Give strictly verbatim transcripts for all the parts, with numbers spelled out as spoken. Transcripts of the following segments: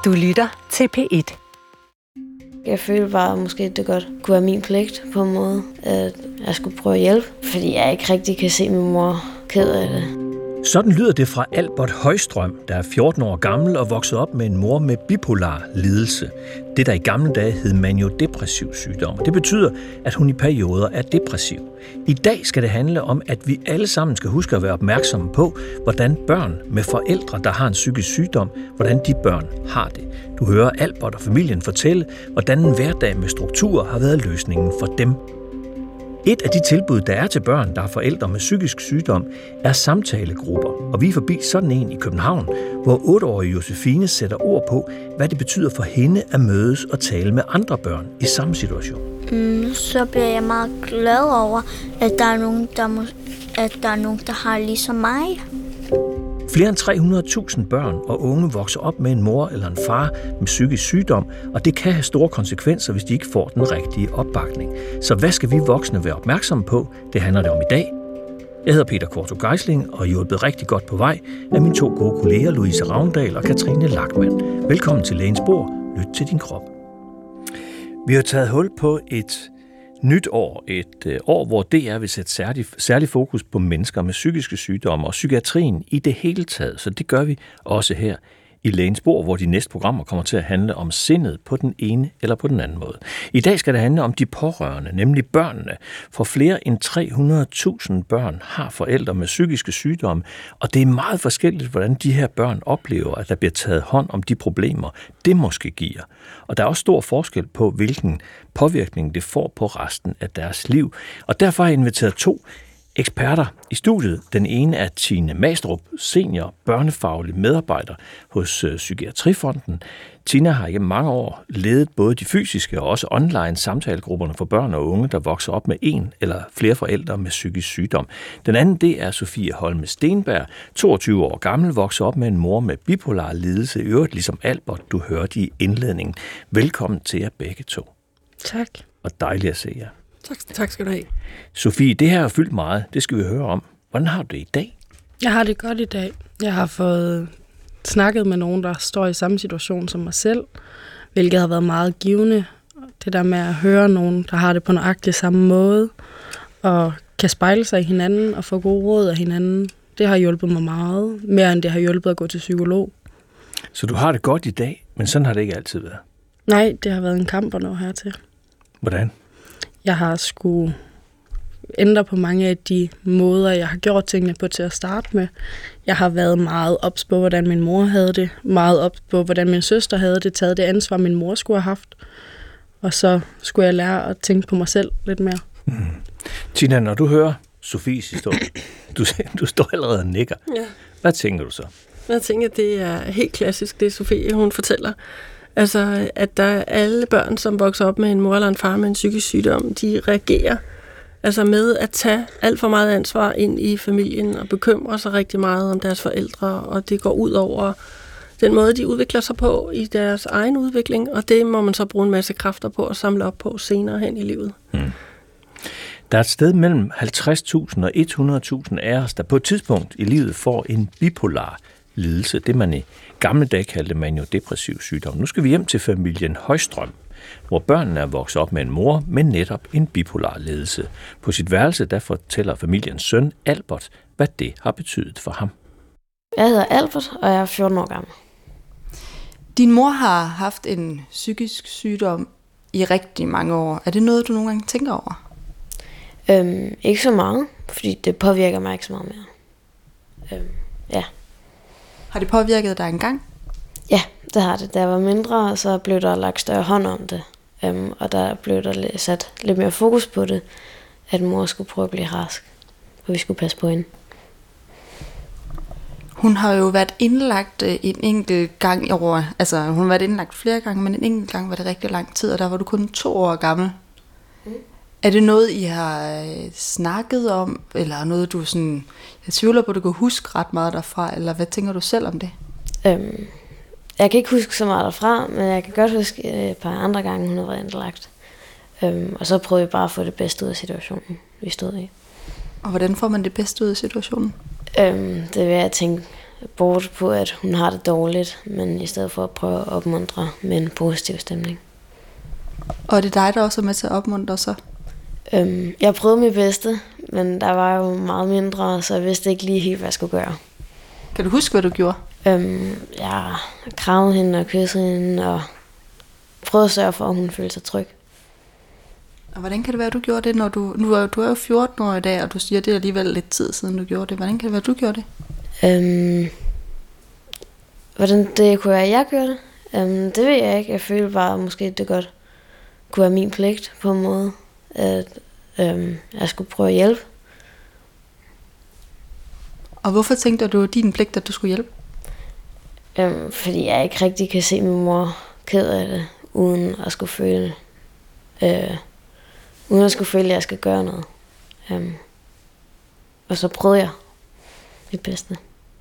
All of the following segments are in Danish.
Du lytter til P et. Jeg følte bare, at måske det godt kunne være min pligt på en måde, at jeg skulle prøve at hjælpe, fordi jeg ikke rigtig kan se min mor ked af det. Sådan lyder det fra Albert Højstrøm, der er fjorten år gammel og vokset op med en mor med bipolar lidelse. Det, der i gamle dage hed maniodepressiv sygdom. Det betyder, at hun i perioder er depressiv. I dag skal det handle om, at vi alle sammen skal huske at være opmærksomme på, hvordan børn med forældre, der har en psykisk sygdom, hvordan de børn har det. Du hører Albert og familien fortælle, hvordan en hverdag med struktur har været løsningen for dem. Et af de tilbud, der er til børn, der har forældre med psykisk sygdom, er samtalegrupper. Og vi er forbi sådan en i København, hvor otteårige Josefine sætter ord på, hvad det betyder for hende at mødes og tale med andre børn i samme situation. Mm, så bliver jeg meget glad over, at der er nogen, der, må, at der, er nogen, der har ligesom mig. Flere end tre hundrede tusind børn og unge vokser op med en mor eller en far med psykisk sygdom, og det kan have store konsekvenser, hvis de ikke får den rigtige opbakning. Så hvad skal vi voksne være opmærksomme på? Det handler det om i dag. Jeg hedder Peter Korto Geisling og er hjulpet rigtig godt på vej af mine to gode kolleger, Louise Ravndal og Katrine Lachmann. Velkommen til Lægens Bord. Lyt til din krop. Vi har taget hul på et nyt år, et øh, år, hvor D R vil sætte særlig, særlig fokus på mennesker med psykiske sygdomme og psykiatrien i det hele taget. Så det gør vi også her i Lægens Bord, hvor de næste programmer kommer til at handle om sindet på den ene eller på den anden måde. I dag skal det handle om de pårørende, nemlig børnene. For flere end tre hundrede tusind børn har forældre med psykiske sygdomme, og det er meget forskelligt, hvordan de her børn oplever, at der bliver taget hånd om de problemer, det måske giver. Og der er også stor forskel på, hvilken påvirkning det får på resten af deres liv. Og derfor har jeg inviteret to eksperter i studiet. Den ene er Tine Mastrup, senior børnefaglig medarbejder hos Psykiatrifonden. Tina har i mange år ledet både de fysiske og også online samtalegrupperne for børn og unge, der vokser op med en eller flere forældre med psykisk sygdom. Den anden, det er Sofie Holme Stenberg, toogtyve år gammel, vokser op med en mor med bipolar lidelse, i øvrigt ligesom Albert, du hørte i indledningen. Velkommen til jer begge to. Tak. Og dejligt at se jer. Tak, tak skal du have. Sofie, det her har fyldt meget. Det skal vi høre om. Hvordan har du det i dag? Jeg har det godt i dag. Jeg har fået snakket med nogen, der står i samme situation som mig selv, hvilket har været meget givende. Det der med at høre nogen, der har det på nøjagtig samme måde, og kan spejle sig i hinanden og få gode råd af hinanden, det har hjulpet mig meget, mere end det har hjulpet at gå til psykolog. Så du har det godt i dag, men sådan har det ikke altid været? Nej, det har været en kamp at nå hertil. Hvordan? Jeg har skulle ændre på mange af de måder, jeg har gjort tingene på til at starte med. Jeg har været meget ops på, hvordan min mor havde det, meget ops på, hvordan min søster havde det, taget det ansvar, min mor skulle have haft. Og så skulle jeg lære at tænke på mig selv lidt mere. Mm. Tina, når du hører Sofies historie, du, du står allerede og nikker. Ja. Hvad tænker du så? Jeg tænker, det er helt klassisk, det Sofie, hun fortæller. Altså, at der er alle børn, som vokser op med en mor eller en far med en psykisk sygdom, de reagerer altså med at tage alt for meget ansvar ind i familien og bekymre sig rigtig meget om deres forældre, og det går ud over den måde, de udvikler sig på i deres egen udvikling, og det må man så bruge en masse kræfter på at samle op på senere hen i livet. Hmm. Der er et sted mellem halvtreds tusind og hundrede tusind af os, der på et tidspunkt i livet får en bipolar lidelse, det man i gamle dage kaldte maniodepressiv sygdom. Nu skal vi hjem til familien Højstrøm, hvor børnene er vokset op med en mor med netop en bipolar lidelse. På sit værelse, der fortæller familiens søn Albert, hvad det har betydet for ham. Jeg hedder Albert, og jeg er fjorten år gammel. Din mor har haft en psykisk sygdom i rigtig mange år. Er det noget, du nogle gange tænker over? Øhm, ikke så meget, fordi det påvirker mig ikke så meget mere. Øhm, ja. Har det påvirket dig engang? Ja, det har det. Da jeg var mindre, så blev der lagt større hånd om det. Øhm, og der blev der sat lidt mere fokus på det, at mor skulle prøve at blive rask, og vi skulle passe på hende. Hun har jo været indlagt en enkelt gang i år. Altså, hun har været indlagt flere gange, men en enkelt gang var det rigtig lang tid, og der var du kun to år gammel. Mm. Er det noget, I har snakket om, eller noget, du sådan... Jeg tvivler på, at du kan huske ret meget derfra, eller hvad tænker du selv om det? Øhm, jeg kan ikke huske så meget derfra, men jeg kan godt huske et par andre gange, hun har været indlagt. Øhm, og så prøvede vi bare at få det bedste ud af situationen, vi stod i. Og hvordan får man det bedste ud af situationen? Øhm, det vil jeg tænke bort på, at hun har det dårligt, men i stedet for at prøve at opmuntre med en positiv stemning. Og er det dig, der også er med til at opmuntre så? Øhm, jeg prøvede mit bedste, men der var jo meget mindre, så jeg vidste ikke lige helt, hvad jeg skulle gøre. Kan du huske, hvad du gjorde? Øhm, jeg kravede hende og kyssede hende og prøvede at sørge for, at hun følte sig tryg. Og hvordan kan det være, at du gjorde det, når du... Nu er, du er jo fjorten år i dag, og du siger, at det er alligevel lidt tid siden, du gjorde det. Hvordan kan det være, at du gjorde det? Øhm, hvordan det kunne være, at jeg gjorde det? Øhm, det ved jeg ikke. Jeg følte bare, at måske det godt kunne være min pligt på en måde, at øhm, jeg skulle prøve at hjælpe. Og hvorfor tænkte du, at din pligt, at du skulle hjælpe? Øhm, fordi jeg ikke rigtig kan se min mor ked af det, uden at skulle føle, øh, uden at skulle føle, at jeg skal gøre noget. Øhm, og så prøvede jeg mit bedste.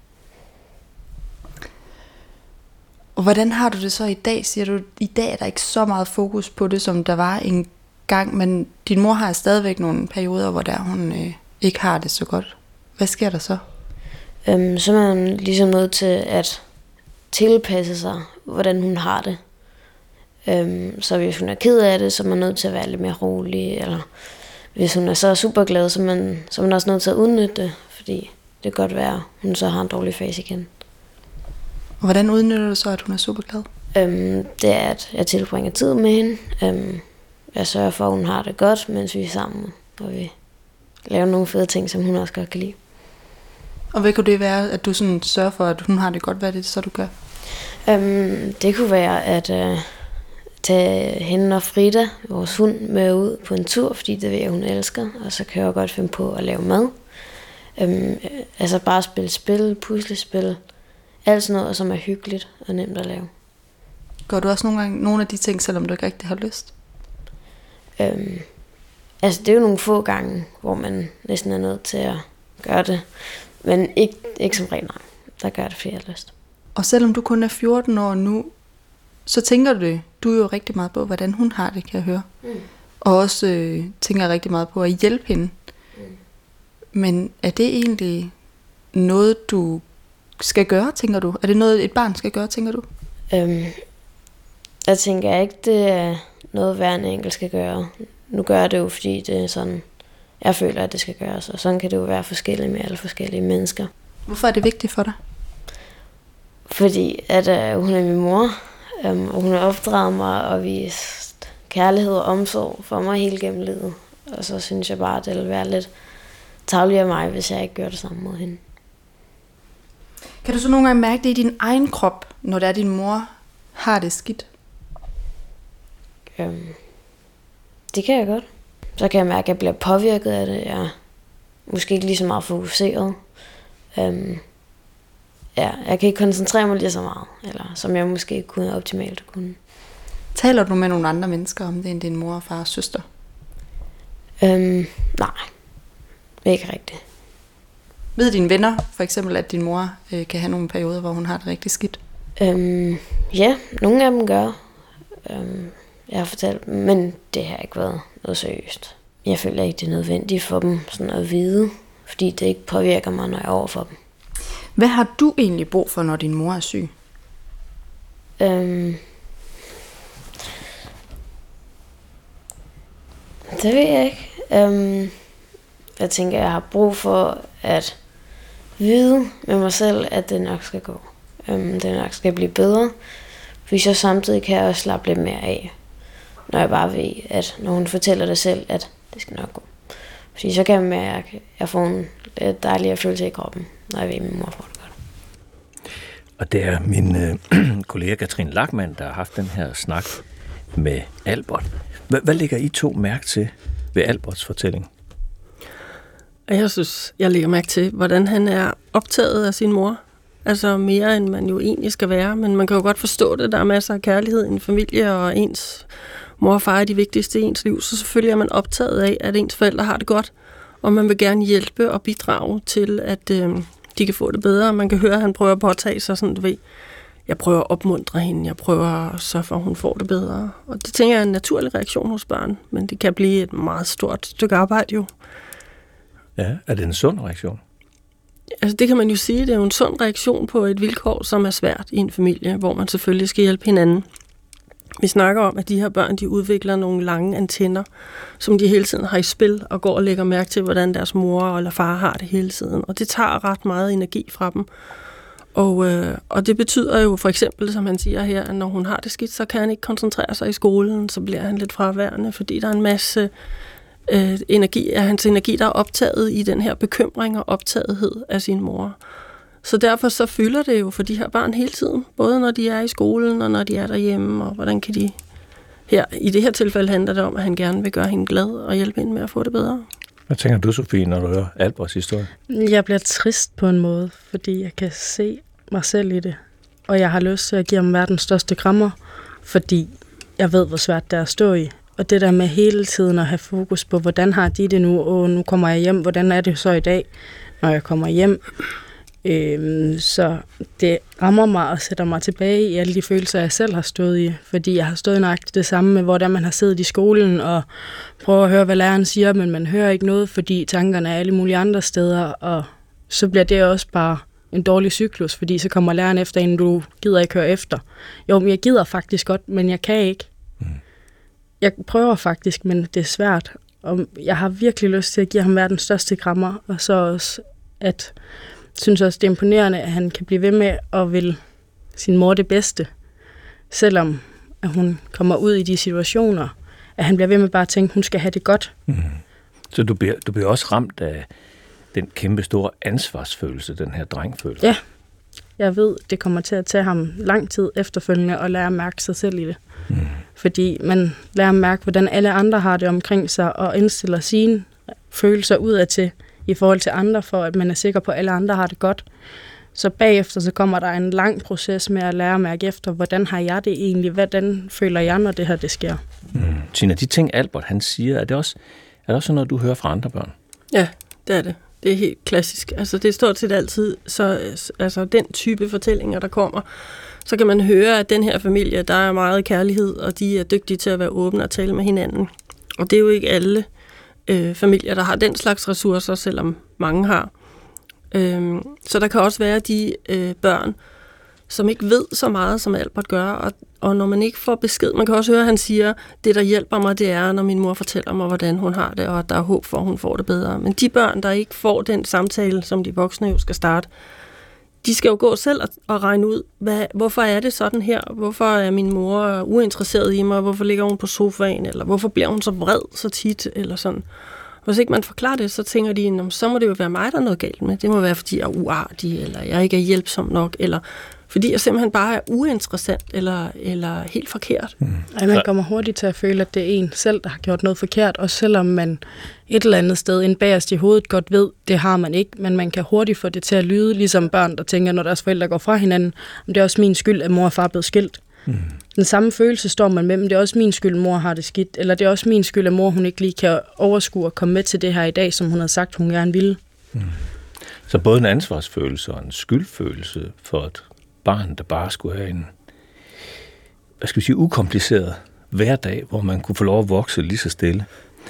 Og hvordan har du det så i dag? Siger du, i dag er der ikke så meget fokus på det, som der var en gang, men din mor har stadigvæk nogle perioder, hvor der hun øh, ikke har det så godt. Hvad sker der så? Øhm, så er man ligesom nødt til at tilpasse sig, hvordan hun har det. Øhm, så hvis hun er ked af det, så er man nødt til at være lidt mere rolig. Eller hvis hun er så super glad, så er man, så er man også nødt til at udnytte det, fordi det kan godt være, at hun så har en dårlig fase igen. Og hvordan udnytter du så, at hun er super glad? Øhm, det er, at jeg tilbringer tid med hende. Øhm, jeg sørger for, at hun har det godt, mens vi er sammen, og vi laver nogle fede ting, som hun også godt kan lide. Og hvad kunne det være, at du sådan sørger for, at hun har det godt? Hvad er det så, du gør? Øhm, det kunne være at øh, tage hende og Frida, vores hund, med ud på en tur, fordi det ved jeg, hun elsker. Og så kan jeg godt finde på at lave mad. Øhm, altså bare spille spil, puslespil. Alt sådan noget, som er hyggeligt og nemt at lave. Gør du også nogle gange nogle af de ting, selvom du ikke rigtig har lyst? Øhm, altså det er jo nogle få gange, hvor man næsten er nødt til at gøre det. Men ikke, ikke som regel, nej. Der gør det, fordi jeg har lyst. Og selvom du kun er fjorten år nu, så tænker du, du er jo rigtig meget på, hvordan hun har det, kan jeg høre. Mm. Og også øh, tænker rigtig meget på at hjælpe hende. Mm. Men er det egentlig noget, du skal gøre, tænker du? Er det noget, et barn skal gøre, tænker du? Øhm, jeg tænker ikke, det er noget, hver en enkelt skal gøre. Nu gør jeg det jo, fordi det er sådan, jeg føler, at det skal gøres. Og sådan kan det jo være forskellige med alle forskellige mennesker. Hvorfor er det vigtigt for dig? Fordi at øh, hun er min mor, øhm, og hun har opdraget mig og vist kærlighed og omsorg for mig hele gennem livet. Og så synes jeg bare, at det ville være lidt tarveligt af mig, hvis jeg ikke gør det samme mod hende. Kan du så nogle gange mærke det i din egen krop, når det er, din mor har det skidt? Øhm, det kan jeg godt. Så kan jeg mærke, at jeg bliver påvirket af det. Jeg er måske ikke lige så meget fokuseret. Øhm, ja, jeg kan ikke koncentrere mig lige så meget, eller som jeg måske kunne optimalt kunne. Taler du med nogle andre mennesker om det, end din mor, far og søster? Øhm, nej, ikke rigtigt. Ved dine venner for eksempel, at din mor øh, kan have nogle perioder, hvor hun har det rigtig skidt? Øhm, ja, nogle af dem gør. Øhm, jeg har fortalt dem, men det har ikke været noget seriøst. Jeg føler ikke, det er nødvendigt for dem sådan at vide, fordi det ikke påvirker mig, når jeg er over for dem. Hvad har du egentlig brug for, når din mor er syg? Øhm, det ved jeg ikke. Øhm, jeg tænker, jeg har brug for at vide med mig selv, at det nok skal gå. Øhm, det nok skal blive bedre. Hvis jeg samtidig kan også slappe lidt mere af, når jeg bare ved, at når hun fortæller det selv, at det skal nok gå. Fordi så kan jeg mærke, at jeg får en lidt dejligere følelse i kroppen, når jeg ved, at min mor får det godt. Og det er min øh, kollega Katrine Lachmann, der har haft den her snak med Albert. Hvad, hvad lægger I to mærke til ved Alberts fortælling? Jeg synes, jeg lægger mærke til, hvordan han er optaget af sin mor. Altså mere, end man jo egentlig skal være. Men man kan jo godt forstå det. Der er masser af kærlighed i en familie, og ens mor og far er de vigtigste i ens liv. Så selvfølgelig er man optaget af, at ens forældre har det godt. Og man vil gerne hjælpe og bidrage til, at øh, de kan få det bedre. Man kan høre, at han prøver at påtage sig sådan, du ved. Jeg prøver at opmuntre hende. Jeg prøver at sørge for, at hun får det bedre. Og det tænker jeg er en naturlig reaktion hos børn. Men det kan blive et meget stort stykke arbejde jo. Ja, er det en sund reaktion? altså det kan man jo sige, det er jo en sund reaktion på et vilkår, som er svært i en familie, hvor man selvfølgelig skal hjælpe hinanden. Vi snakker om, at de her børn, de udvikler nogle lange antenner, som de hele tiden har i spil, og går og lægger mærke til, hvordan deres mor eller far har det hele tiden. Og det tager ret meget energi fra dem. Og, øh, og det betyder jo for eksempel, som han siger her, at når hun har det skidt, så kan han ikke koncentrere sig i skolen, så bliver han lidt fraværende, fordi der er en masse øh, energi, af hans energi, der er optaget i den her bekymring og optagethed af sin mor. Så derfor så fylder det jo for de her børn hele tiden, både når de er i skolen og når de er derhjemme, og hvordan kan de... Her, i det her tilfælde handler det om, at han gerne vil gøre hende glad og hjælpe hende med at få det bedre. Hvad tænker du, Sofie, når du hører Alberts historie? Jeg bliver trist på en måde, fordi jeg kan se mig selv i det. Og jeg har lyst til at give ham verdens største krammer, fordi jeg ved, hvor svært det er at stå i. Og det der med hele tiden at have fokus på, hvordan har de det nu, og nu kommer jeg hjem, hvordan er det så i dag, når jeg kommer hjem. Øhm, så det rammer mig og sætter mig tilbage i alle de følelser, jeg selv har stået i. Fordi jeg har stået nøjagtigt det samme med, hvordan man har siddet i skolen og prøver at høre, hvad læreren siger, men man hører ikke noget, fordi tankerne er alle mulige andre steder. Og så bliver det også bare en dårlig cyklus, fordi så kommer læreren efter, inden du gider ikke høre efter. Jo, men jeg gider faktisk godt, men jeg kan ikke. Mm. Jeg prøver faktisk, men det er svært. Og jeg har virkelig lyst til at give ham verdens største krammer, og så også, at synes også, det er imponerende, at han kan blive ved med at vil sin mor det bedste, selvom at hun kommer ud i de situationer, at han bliver ved med bare at tænke, at hun skal have det godt. Mm. Så du bliver, du bliver også ramt af den kæmpe store ansvarsfølelse, den her drengfølelse? Ja, jeg ved, det kommer til at tage ham lang tid efterfølgende at lære at mærke sig selv i det. Mm. Fordi man lærer at mærke, hvordan alle andre har det omkring sig, og indstiller sine følelser udadtil i forhold til andre, for at man er sikker på, at alle andre har det godt. Så bagefter så kommer der en lang proces med at lære at mærke efter, hvordan har jeg det egentlig, hvordan føler jeg, når det her det sker. Mm. Tina, de ting Albert han siger, er det også, er det også noget, du hører fra andre børn? Ja, det er det. Det er helt klassisk. Altså det er stort set altid, så altså den type fortællinger, der kommer, så kan man høre, at den her familie, der er meget kærlighed, og de er dygtige til at være åbne og tale med hinanden. Og det er jo ikke alle øh, familier, der har den slags ressourcer, selvom mange har. Øhm, så der kan også være de øh, børn, som ikke ved så meget, som Albert gør, og, og når man ikke får besked, man kan også høre, at han siger, det der hjælper mig, det er, når min mor fortæller mig, hvordan hun har det, og at der er håb for, at hun får det bedre. Men de børn, der ikke får den samtale, som de voksne jo skal starte, de skal jo gå selv og, og regne ud, hvad, hvorfor er det sådan her? Hvorfor er min mor uinteresseret i mig? Hvorfor ligger hun på sofaen? Eller hvorfor bliver hun så vred så tit? Eller sådan. Hvis ikke man forklarer det, så tænker de, så må det jo være mig, der er noget galt med. Det må være, fordi jeg er uartig, eller jeg ikke er hjælpsom nok, eller fordi jeg simpelthen bare er uinteressant, eller, eller helt forkert. Mm. Ej, man kommer hurtigt til at føle, at det er en selv, der har gjort noget forkert, og selvom man et eller andet sted ind bagerst i hovedet godt ved, det har man ikke, men man kan hurtigt få det til at lyde, ligesom børn, der tænker, når deres forældre går fra hinanden, om det er også min skyld, at mor og far er blevet skilt. Mm. Den samme følelse står man med, men det er også min skyld, mor har det skidt, eller det er også min skyld, at mor hun ikke lige kan overskue og komme med til det her i dag, som hun havde sagt, hun gerne ville. Mm. Så både en ansvarsfølelse og en skyldfølelse for et barn, der bare skulle have en, hvad skal vi sige, ukompliceret hverdag, hvor man kunne få lov at vokse lige så stille.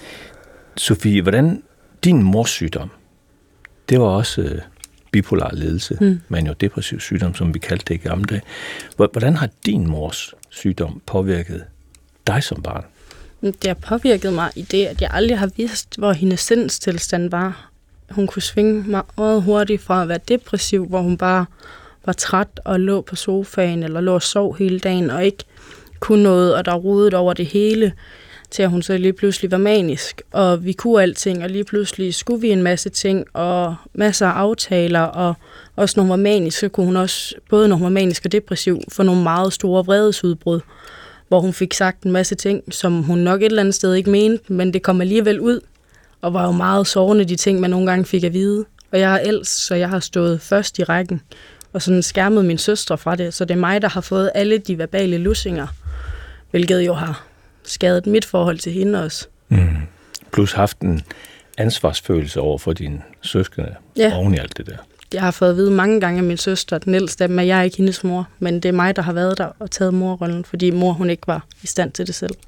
Sofie, hvordan din mors sygdom, det var også øh, bipolar lidelse, mm. men jo depressiv sygdom, som vi kaldte det i gamle dage. Hvordan har din mors sygdom påvirket dig som barn? Det har påvirket mig i det, at jeg aldrig har vidst, hvor hendes sindstilstand var. Hun kunne svinge meget hurtigt fra at være depressiv, hvor hun bare var træt og lå på sofaen, eller lå og sov hele dagen, og ikke kunne noget, og der rodede over det hele, til at hun så lige pludselig var manisk, og vi kunne alting, og lige pludselig skulle vi en masse ting, og masser af aftaler, og også når hun var manisk, så kunne hun også, både når hun var manisk og depressiv, få nogle meget store vredesudbrud, hvor hun fik sagt en masse ting, som hun nok et eller andet sted ikke mente, men det kom alligevel ud, og var jo meget sårende, de ting, man nogle gange fik at vide. Og jeg er ældst, så jeg har stået først i rækken, og sådan skærmet min søstre fra det, så det er mig, der har fået alle de verbale lussinger, hvilket jo har skadet mit forhold til hende også. Mm. Plus haft en ansvarsfølelse over for dine søskende, ja. Oven i alt det der. Jeg har fået at vide mange gange af min søster, den ældste af dem, at jeg er ikke hendes mor, men det er mig, der har været der og taget morrollen, fordi mor hun ikke var i stand til det selv.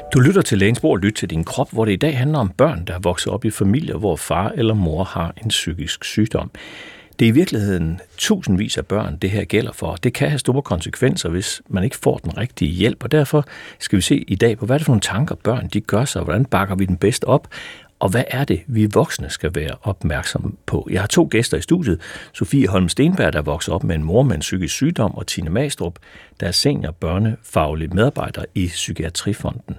Du lytter til Lægens Bord, lyt til din krop, hvor det i dag handler om børn, der er vokset op i familier, hvor far eller mor har en psykisk sygdom. Det er i virkeligheden tusindvis af børn, det her gælder for. Det kan have store konsekvenser, hvis man ikke får den rigtige hjælp, og derfor skal vi se i dag på, hvad er det for nogle tanker børn de gør sig, hvordan bakker vi den bedst op, og hvad er det, vi voksne skal være opmærksomme på. Jeg har to gæster i studiet. Sofie Holm Stenberg, der vokser op med en mor med en psykisk sygdom, og Tine Mastrup, der er senior børnefaglig medarbejder i Psykiatrifonden.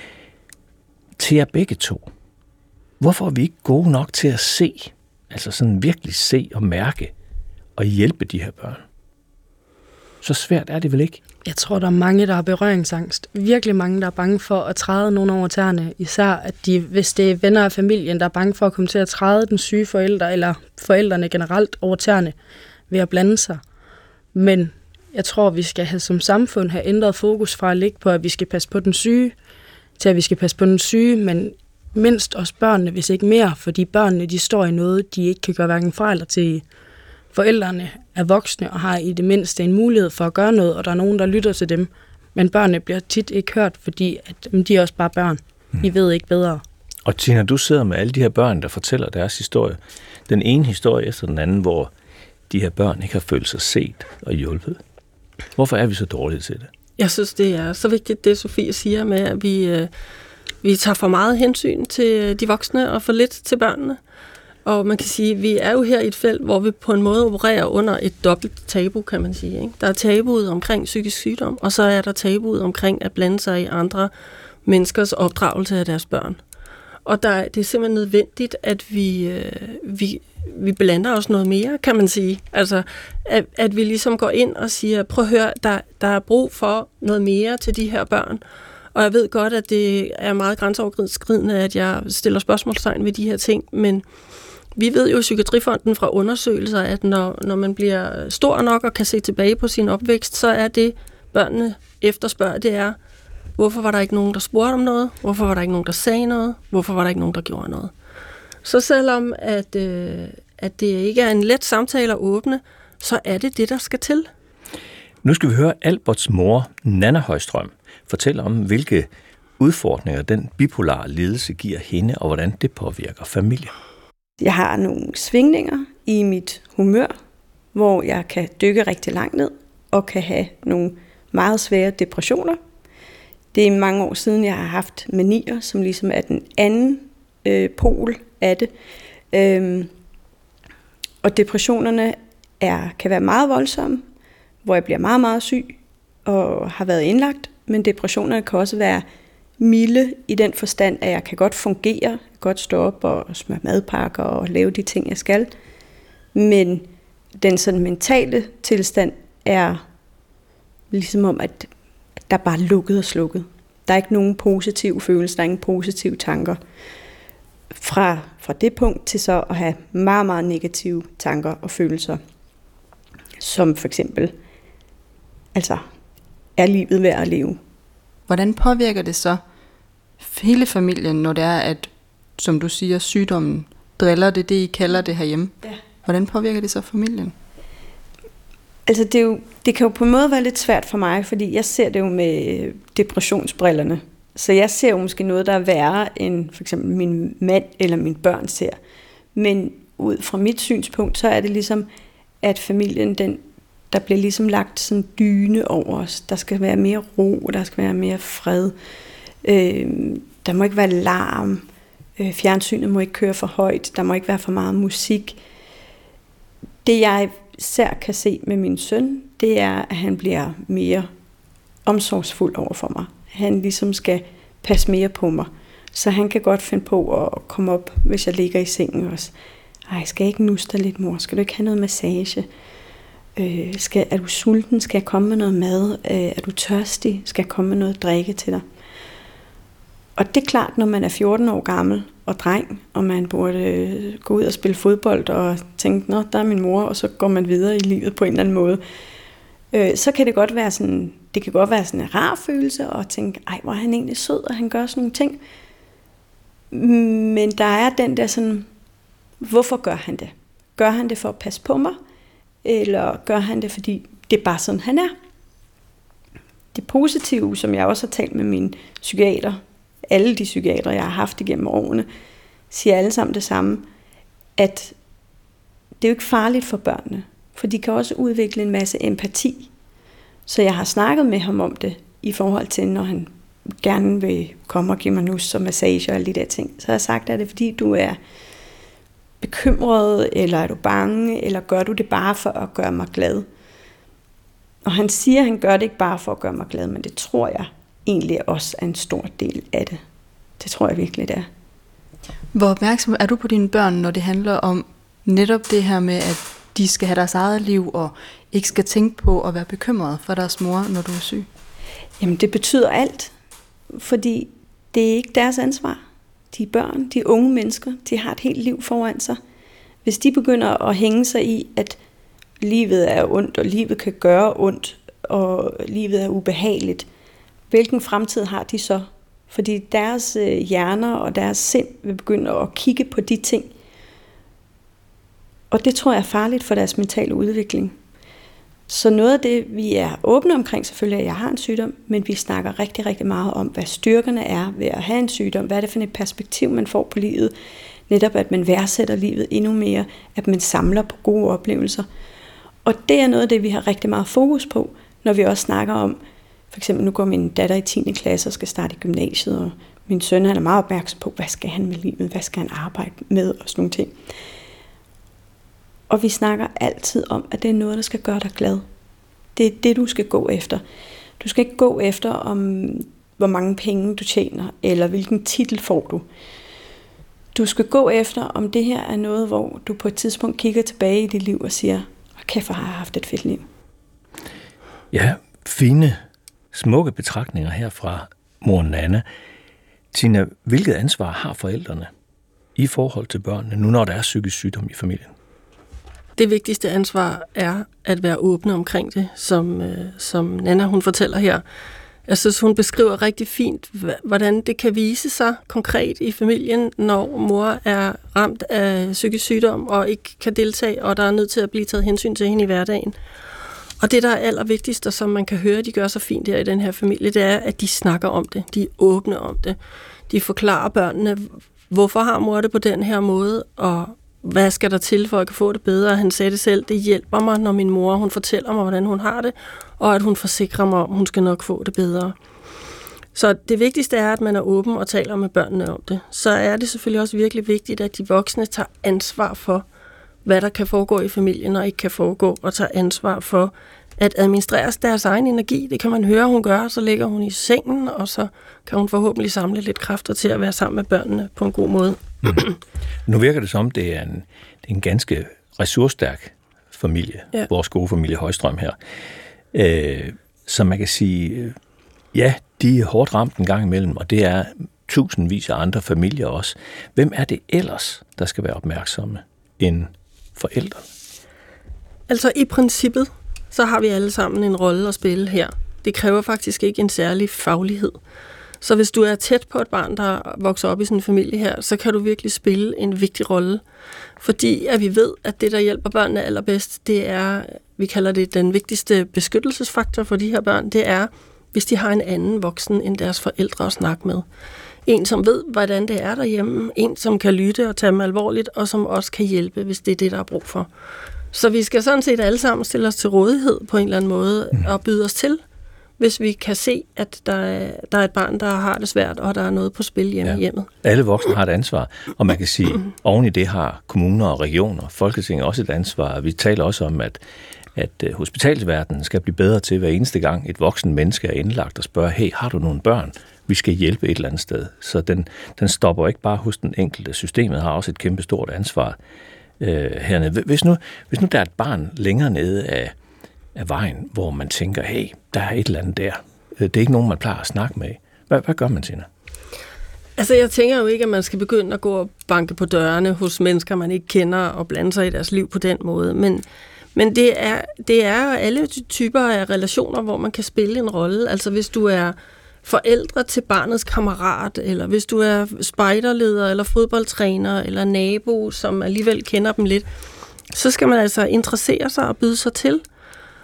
Til jer begge to, hvorfor er vi ikke gode nok til at se, altså sådan virkelig se og mærke og hjælpe de her børn? Så svært er det vel ikke? Jeg tror, der er mange, der har berøringsangst. Virkelig mange, der er bange for at træde nogen over tæerne. Især, at de, hvis det er venner af familien, der er bange for at komme til at træde den syge forælder, eller forældrene generelt over tæerne ved at blande sig. Men jeg tror, vi skal have som samfund have ændret fokus fra at ligge på, at vi skal passe på den syge, til at vi skal passe på den syge, men mindst også børnene, hvis ikke mere, fordi børnene, de står i noget, de ikke kan gøre hverken fra eller til. Forældrene er voksne og har i det mindste en mulighed for at gøre noget, og der er nogen, der lytter til dem. Men børnene bliver tit ikke hørt, fordi at, de er også bare børn. De mm. ved ikke bedre. Og Tina, du sidder med alle de her børn, der fortæller deres historie. Den ene historie efter den anden, hvor de her børn ikke har følt sig set og hjulpet. Hvorfor er vi så dårlige til det? Jeg synes, det er så vigtigt, det Sofie siger med, at vi, øh, vi tager for meget hensyn til de voksne og for lidt til børnene. Og man kan sige, at vi er jo her i et felt, hvor vi på en måde opererer under et dobbelt tabu, kan man sige. Ikke? Der er tabuet omkring psykisk sygdom, og så er der tabuet omkring at blande sig i andre menneskers opdragelse af deres børn. Og der, det er simpelthen nødvendigt, at vi, øh, vi, vi blander os noget mere, kan man sige. Altså, at, at vi ligesom går ind og siger, prøv at høre, der, der er brug for noget mere til de her børn. Og jeg ved godt, at det er meget grænseoverskridende, at jeg stiller spørgsmålstegn ved de her ting, men vi ved jo i Psykiatrifonden fra undersøgelser, at når, når man bliver stor nok og kan se tilbage på sin opvækst, så er det, børnene efterspørger, det er, hvorfor var der ikke nogen, der spurgte om noget? Hvorfor var der ikke nogen, der sagde noget? Hvorfor var der ikke nogen, der gjorde noget? Så selvom at, øh, at det ikke er en let samtale at åbne, så er det det, der skal til. Nu skal vi høre Alberts mor, Nanna Højstrøm, fortælle om, hvilke udfordringer den bipolare lidelse giver hende, og hvordan det påvirker familien. Jeg har nogle svingninger i mit humør, hvor jeg kan dykke rigtig langt ned og kan have nogle meget svære depressioner. Det er mange år siden, jeg har haft manier, som ligesom er den anden øh, pol af det. Øhm, og depressionerne er, kan være meget voldsomme, hvor jeg bliver meget, meget syg og har været indlagt. Men depressionerne kan også være milde i den forstand, at jeg kan godt fungere, jeg kan godt stå op og smøre madpakker og lave de ting, jeg skal. Men den sådan mentale tilstand er ligesom om, at der er bare lukket og slukket. Der er ikke nogen positive følelser, der er ingen positive tanker. Fra, fra det punkt til så at have meget, meget negative tanker og følelser. Som for eksempel, altså, er livet værd at leve? Hvordan påvirker det så hele familien, når det er, at, som du siger, sygdommen driller det, det I kalder det herhjemme? Ja. Hvordan påvirker det så familien? Altså det, er jo, det kan jo på en måde være lidt svært for mig, fordi jeg ser det jo med depressionsbrillerne. Så jeg ser jo måske noget, der er værre, end for eksempel min mand eller mine børn ser. Men ud fra mit synspunkt, så er det ligesom, at familien, den, der bliver ligesom lagt sådan dyne over os. Der skal være mere ro, der skal være mere fred. Øh, der må ikke være larm. Øh, fjernsynet må ikke køre for højt. Der må ikke være for meget musik. Det jeg især kan se med min søn, det er, at han bliver mere omsorgsfuld over for mig. Han ligesom skal passe mere på mig. Så han kan godt finde på at komme op, hvis jeg ligger i sengen også. Ej, skal jeg ikke nusse dig lidt, mor? Skal du ikke have noget massage? Øh, skal, er du sulten? Skal jeg komme med noget mad? Øh, er du tørstig? Skal jeg komme med noget drikke til dig? Og det er klart, når man er fjorten år gammel og dreng, og man burde gå ud og spille fodbold og tænke, nå, der er min mor, og så går man videre i livet på en eller anden måde. Øh, så kan det godt være sådan, det kan godt være sådan en rar følelse, og tænke, ej, hvor er han egentlig sød, og han gør sådan nogle ting. Men der er den der sådan, hvorfor gør han det? Gør han det for at passe på mig? Eller gør han det, fordi det er bare sådan, han er? Det positive, som jeg også har talt med min psykiater alle de psykiatere, jeg har haft igennem årene, siger alle sammen det samme, at det er jo ikke farligt for børnene, for de kan også udvikle en masse empati. Så jeg har snakket med ham om det, i forhold til, når han gerne vil komme og give mig nus og massage og alle de der ting. Så har jeg sagt, at det er fordi, du er bekymret, eller er du bange, eller gør du det bare for at gøre mig glad? Og han siger, at han gør det ikke bare for at gøre mig glad, men det tror jeg egentlig også er en stor del af det. Det tror jeg virkelig, det er. Hvor opmærksom er du på dine børn, når det handler om netop det her med, at de skal have deres eget liv, og ikke skal tænke på at være bekymret for deres mor, når du er syg? Jamen, det betyder alt, fordi det er ikke deres ansvar. De er børn, de er unge mennesker, de har et helt liv foran sig. Hvis de begynder at hænge sig i, at livet er ondt, og livet kan gøre ondt, og livet er ubehageligt, hvilken fremtid har de så? Fordi deres hjerner og deres sind vil begynde at kigge på de ting. Og det tror jeg er farligt for deres mentale udvikling. Så noget af det, vi er åbne omkring, selvfølgelig er, at jeg har en sygdom, men vi snakker rigtig, rigtig meget om, hvad styrkerne er ved at have en sygdom, hvad er det for et perspektiv, man får på livet, netop at man værdsætter livet endnu mere, at man samler på gode oplevelser. Og det er noget af det, vi har rigtig meget fokus på, når vi også snakker om, for eksempel nu går min datter i tiende klasse og skal starte i gymnasiet, og min søn han er meget opmærksom på, hvad skal han med livet, hvad skal han arbejde med og sådan nogle ting. Og vi snakker altid om, at det er noget, der skal gøre dig glad. Det er det, du skal gå efter. Du skal ikke gå efter, om hvor mange penge du tjener, eller hvilken titel får du. Du skal gå efter, om det her er noget, hvor du på et tidspunkt kigger tilbage i dit liv og siger, hvor kæft, har jeg haft et fedt liv. Ja, fine, smukke betragtninger her fra mor Nanna. Tina, hvilket ansvar har forældrene i forhold til børnene, nu når der er psykisk sygdom i familien? Det vigtigste ansvar er at være åbne omkring det, som, øh, som Nanna hun fortæller her. Jeg synes, hun beskriver rigtig fint, hvordan det kan vise sig konkret i familien, når mor er ramt af psykisk sygdom og ikke kan deltage, og der er nødt til at blive taget hensyn til hende i hverdagen. Og det, der er allervigtigst, og som man kan høre, de gør så fint her i den her familie, det er, at de snakker om det. De er åbne om det. De forklarer børnene, hvorfor har mor det på den her måde, og hvad skal der til, for at jeg kan få det bedre? Han sagde det selv, det hjælper mig, når min mor hun fortæller mig, hvordan hun har det, og at hun forsikrer mig om, at hun skal nok få det bedre. Så det vigtigste er, at man er åben og taler med børnene om det. Så er det selvfølgelig også virkelig vigtigt, at de voksne tager ansvar for, hvad der kan foregå i familien og ikke kan foregå, og tager ansvar for at administrere deres egen energi. Det kan man høre, hun gør, så ligger hun i sengen, og så kan hun forhåbentlig samle lidt kræfter til at være sammen med børnene på en god måde. Mm. Nu virker det som, det er en, det er en ganske ressourcestærk familie, ja. Vores gode familie Højstrøm her. Øh, så man kan sige, ja, de er hårdt ramt en gang imellem, og det er tusindvis af andre familier også. Hvem er det ellers, der skal være opmærksomme end forældrene? Altså i princippet, så har vi alle sammen en rolle at spille her. Det kræver faktisk ikke en særlig faglighed. Så hvis du er tæt på et barn, der vokser op i sådan en familie her, så kan du virkelig spille en vigtig rolle. Fordi at vi ved, at det, der hjælper børnene allerbedst, det er, vi kalder det den vigtigste beskyttelsesfaktor for de her børn, det er, hvis de har en anden voksen end deres forældre at snakke med. En, som ved, hvordan det er derhjemme. En, som kan lytte og tage dem alvorligt, og som også kan hjælpe, hvis det er det, der er brug for. Så vi skal sådan set alle sammen stille os til rådighed på en eller anden måde og byde os til, hvis vi kan se, at der er, der er et barn, der har det svært, og der er noget på spil hjemme i ja. hjemmet. Alle voksne har et ansvar, og man kan sige, oven i det har kommuner og regioner, Folketinget også et ansvar. Vi taler også om, at, at hospitalsverdenen skal blive bedre til hver eneste gang et voksen menneske er indlagt og spørger, hey, har du nogle børn? Vi skal hjælpe et eller andet sted. Så den, den stopper ikke bare hos den enkelte. Systemet har også et kæmpe stort ansvar øh, hernede. Hvis nu, hvis nu der er et barn længere nede af af vejen, hvor man tænker, hey, der er et eller andet der. Det er ikke nogen, man plejer at snakke med. Hvad, hvad gør man, Tina? Altså, jeg tænker jo ikke, at man skal begynde at gå og banke på dørene hos mennesker, man ikke kender, og blande sig i deres liv på den måde. Men, men det er, det er alle typer af relationer, hvor man kan spille en rolle. Altså, hvis du er forældre til barnets kammerat, eller hvis du er spejderleder, eller fodboldtræner, eller nabo, som alligevel kender dem lidt, så skal man altså interessere sig og byde sig til.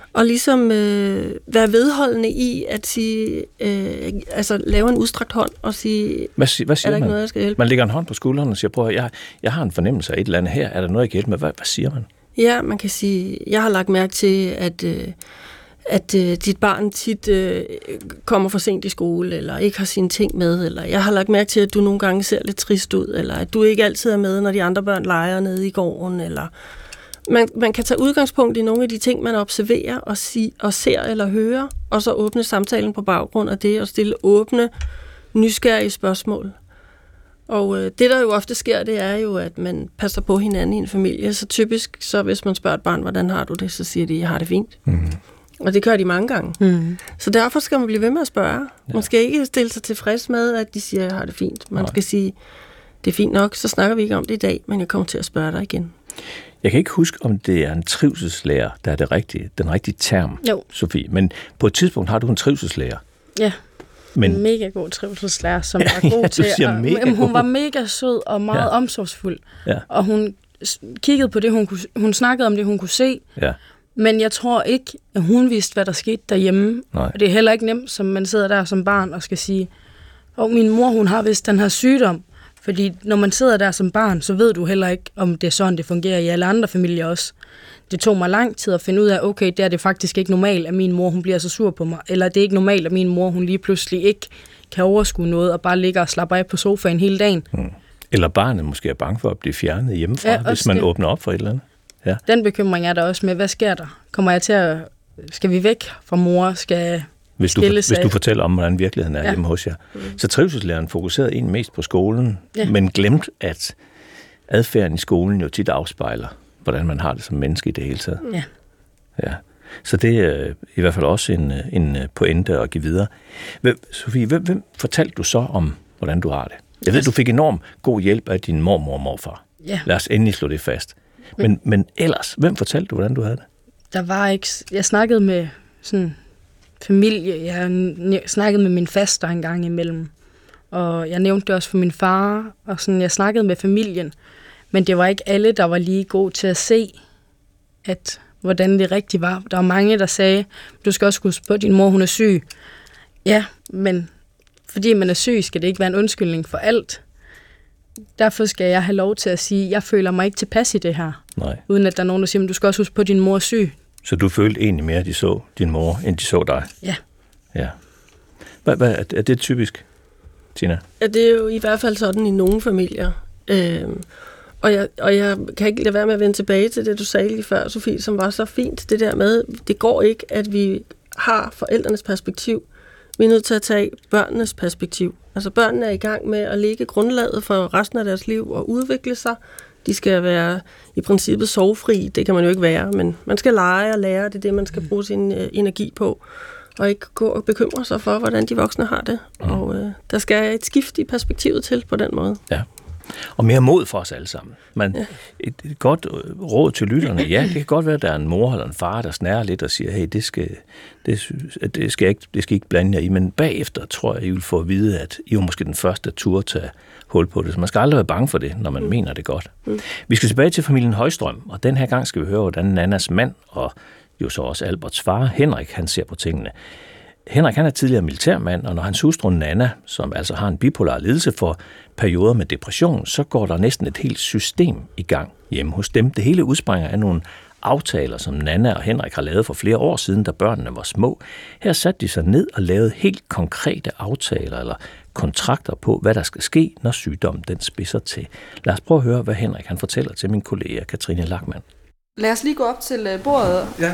og ligesom øh, være vedholdende i at sige, øh, altså lave en udstrakt hånd og sige, hvad, sig, hvad siger er der ikke man? noget, jeg skal hjælpe? Man lægger en hånd på skulderen og siger, prøv at, jeg, jeg har en fornemmelse af et eller andet her, er der noget, jeg kan hjælpe med? Hvad, hvad siger man? Ja, man kan sige, jeg har lagt mærke til, at, øh, at øh, dit barn tit øh, kommer for sent i skole, eller ikke har sine ting med, eller jeg har lagt mærke til, at du nogle gange ser lidt trist ud, eller at du ikke altid er med, når de andre børn leger nede i gården, eller man, man kan tage udgangspunkt i nogle af de ting, man observerer og, sig, og ser eller hører, og så åbne samtalen på baggrund af det, og stille åbne, nysgerrige spørgsmål. Og øh, det, der jo ofte sker, det er jo, at man passer på hinanden i en familie. Så typisk, så hvis man spørger et barn, hvordan har du det, så siger de, jeg har det fint. Mm. Og det gør de mange gange. Mm. Så derfor skal man blive ved med at spørge. Ja. Man skal ikke stille sig tilfreds med, at de siger, jeg har det fint. Man Nej. skal sige, det er fint nok, så snakker vi ikke om det i dag, men jeg kommer til at spørge dig igen. Jeg kan ikke huske, om det er en trivselslærer, der er det rigtige, den rigtige term, jo. Sofie. Men på et tidspunkt har du en trivselslærer. Ja. Men en mega god trivselslærer, som var god til. Ja, at, mega hun god. var mega sød og meget ja. omsorgsfuld. Ja. Og hun kiggede på det, hun kunne, hun snakkede om det, hun kunne se. Ja. Men jeg tror ikke, at hun vidste, hvad der skete derhjemme. Nej. Og det er heller ikke nemt, som man sidder der som barn og skal sige, åh, oh, min mor, hun har vist den her sygdom. Fordi når man sidder der som barn, så ved du heller ikke, om det er sådan, det fungerer i alle andre familier også. Det tog mig lang tid at finde ud af, okay, det er det faktisk ikke normalt, at min mor hun bliver så sur på mig. Eller det er ikke normalt, at min mor hun lige pludselig ikke kan overskue noget, og bare ligger og slapper af på sofaen hele dagen. Hmm. Eller barnet måske er bange for at blive fjernet hjemmefra, ja, hvis man det. åbner op for et eller andet. Ja. Den bekymring er der også med, hvad sker der? Kommer jeg til at... Skal vi væk fra mor? Skal hvis du, hvis du fortæller om, hvordan virkeligheden er ja. hjemme hos jer. Mm. Så trivselslæreren fokuserede egentlig mest på skolen, ja. men glemt, at adfærden i skolen jo tit afspejler, hvordan man har det som menneske i det hele taget. Ja. Ja. Så det er i hvert fald også en, en pointe at give videre. Hvem, Sofie, hvem, hvem fortalte du så om, hvordan du har det? Jeg ved, du fik enormt god hjælp af din mormor og morfar. Ja. Lad os endelig slå det fast. Men, mm. men ellers, hvem fortalte du, hvordan du havde det? Der var ikke... Jeg snakkede med sådan familie. Jeg snakkede med min faster en gang imellem. Og jeg nævnte det også for min far. Og sådan, jeg snakkede med familien. Men det var ikke alle, der var lige gode til at se, at hvordan det rigtigt var. Der var mange, der sagde, du skal også huske på, at din mor hun er syg. Ja, men fordi man er syg, skal det ikke være en undskyldning for alt. Derfor skal jeg have lov til at sige, at jeg føler mig ikke tilpas i det her. Nej. Uden at der er nogen, der siger, at du skal også huske på, at din mor er syg. Så du følte egentlig mere, at de så din mor, end de så dig? Ja. Ja. Hvad, hvad, er det typisk, Tina? Ja, det er jo i hvert fald sådan i nogle familier. Øhm, og, jeg, og jeg kan ikke lade være med at vende tilbage til det, du sagde lige før, Sofie, som var så fint. Det der med, det går ikke, at vi har forældrenes perspektiv. Vi er nødt til at tage børnenes perspektiv. Altså børnene er i gang med at lægge grundlaget for resten af deres liv og udvikle sig. De skal være i princippet sorgfri. Det kan man jo ikke være, men man skal lege og lære. Det er det, man skal bruge sin øh, energi på. Og ikke gå og bekymre sig for, hvordan de voksne har det. Mm. Og øh, der skal et skift i perspektivet til på den måde. Ja. Og mere mod for os alle sammen. Man, ja. et, et godt råd til lytterne. Ja, det kan godt være, at der er en mor eller en far, der snærer lidt og siger, hey, det skal, det, det skal, ikke, det skal ikke blande jer i. Men bagefter tror jeg, I vil få at vide, at I er måske den første tur til at hul på det. Så man skal aldrig være bange for det, når man mm. mener det godt. Mm. Vi skal tilbage til familien Højstrøm, og den her gang skal vi høre, hvordan Nannas mand og jo så også Alberts far, Henrik, han ser på tingene. Henrik han er tidligere militærmand, og når hans hustru Nanna, som altså har en bipolar lidelse for perioder med depression, så går der næsten et helt system i gang hjemme hos dem. Det hele udspringer af nogle aftaler, som Nanna og Henrik har lavet for flere år siden, da børnene var små. Her satte de sig ned og lavede helt konkrete aftaler eller kontrakter på, hvad der skal ske, når sygdommen den spidser til. Lad os prøve at høre, hvad Henrik han fortæller til min kollega Katrine Lachmann. Lad os lige gå op til bordet. Ja.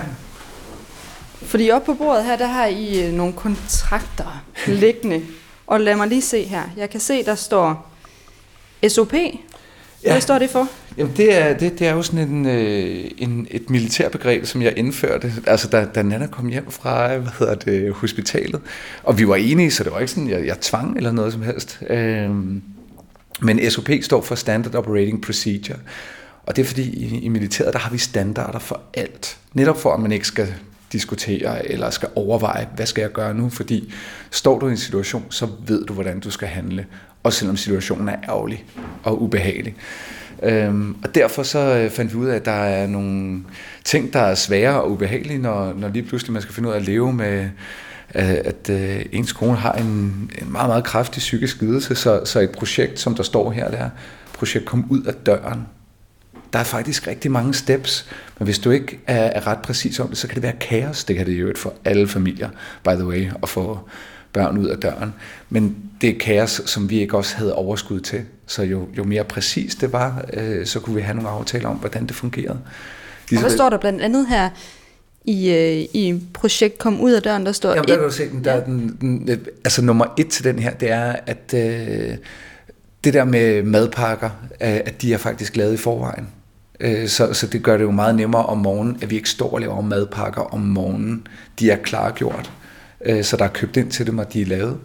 Fordi oppe på bordet her, der har I nogle kontrakter liggende. Og lad mig lige se her. Jeg kan se, der står S O P. Hvad ja. står det for? Jamen, det er, det, det er jo sådan en, en, et militærbegreb, som jeg indførte, altså da, da Nanna kom hjem fra, hvad hedder det, hospitalet. Og vi var enige, så det var ikke sådan, jeg, jeg tvang eller noget som helst. Øhm, men S O P står for Standard Operating Procedure. Og det er fordi, i, i militæret, der har vi standarder for alt. Netop for, at man ikke skal diskutere eller skal overveje, hvad skal jeg gøre nu? Fordi står du i en situation, så ved du, hvordan du skal handle. Også selvom situationen er ærgerlig og ubehagelig. Øhm, og derfor så fandt vi ud af, at der er nogle ting, der er svære og ubehagelige, når, når lige pludselig man skal finde ud af at leve med, at øh, ens kone har en, en meget, meget kraftig psykisk lidelse. Så, så et projekt, som der står her, det er projekt Kom ud af døren. Der er faktisk rigtig mange steps, men hvis du ikke er, er ret præcis om det, så kan det være kaos. Det kan det jo for alle familier, by the way, at få børn ud af døren. Men det er kaos, som vi ikke også havde overskud til. Så jo, jo mere præcis det var, øh, så kunne vi have nogle aftaler om, hvordan det fungerede. Og hvad står der blandt andet her i, øh, i projekt Kom ud af døren? Der står... Jamen, der kan du se, den, der, den, den, altså nummer et til den her, det er, at øh, det der med madpakker, at de er faktisk lavet i forvejen. Så, så det gør det jo meget nemmere om morgenen, at vi ikke står og laver madpakker om morgenen. De er klargjort, så der er købt ind til dem, og de er lavet.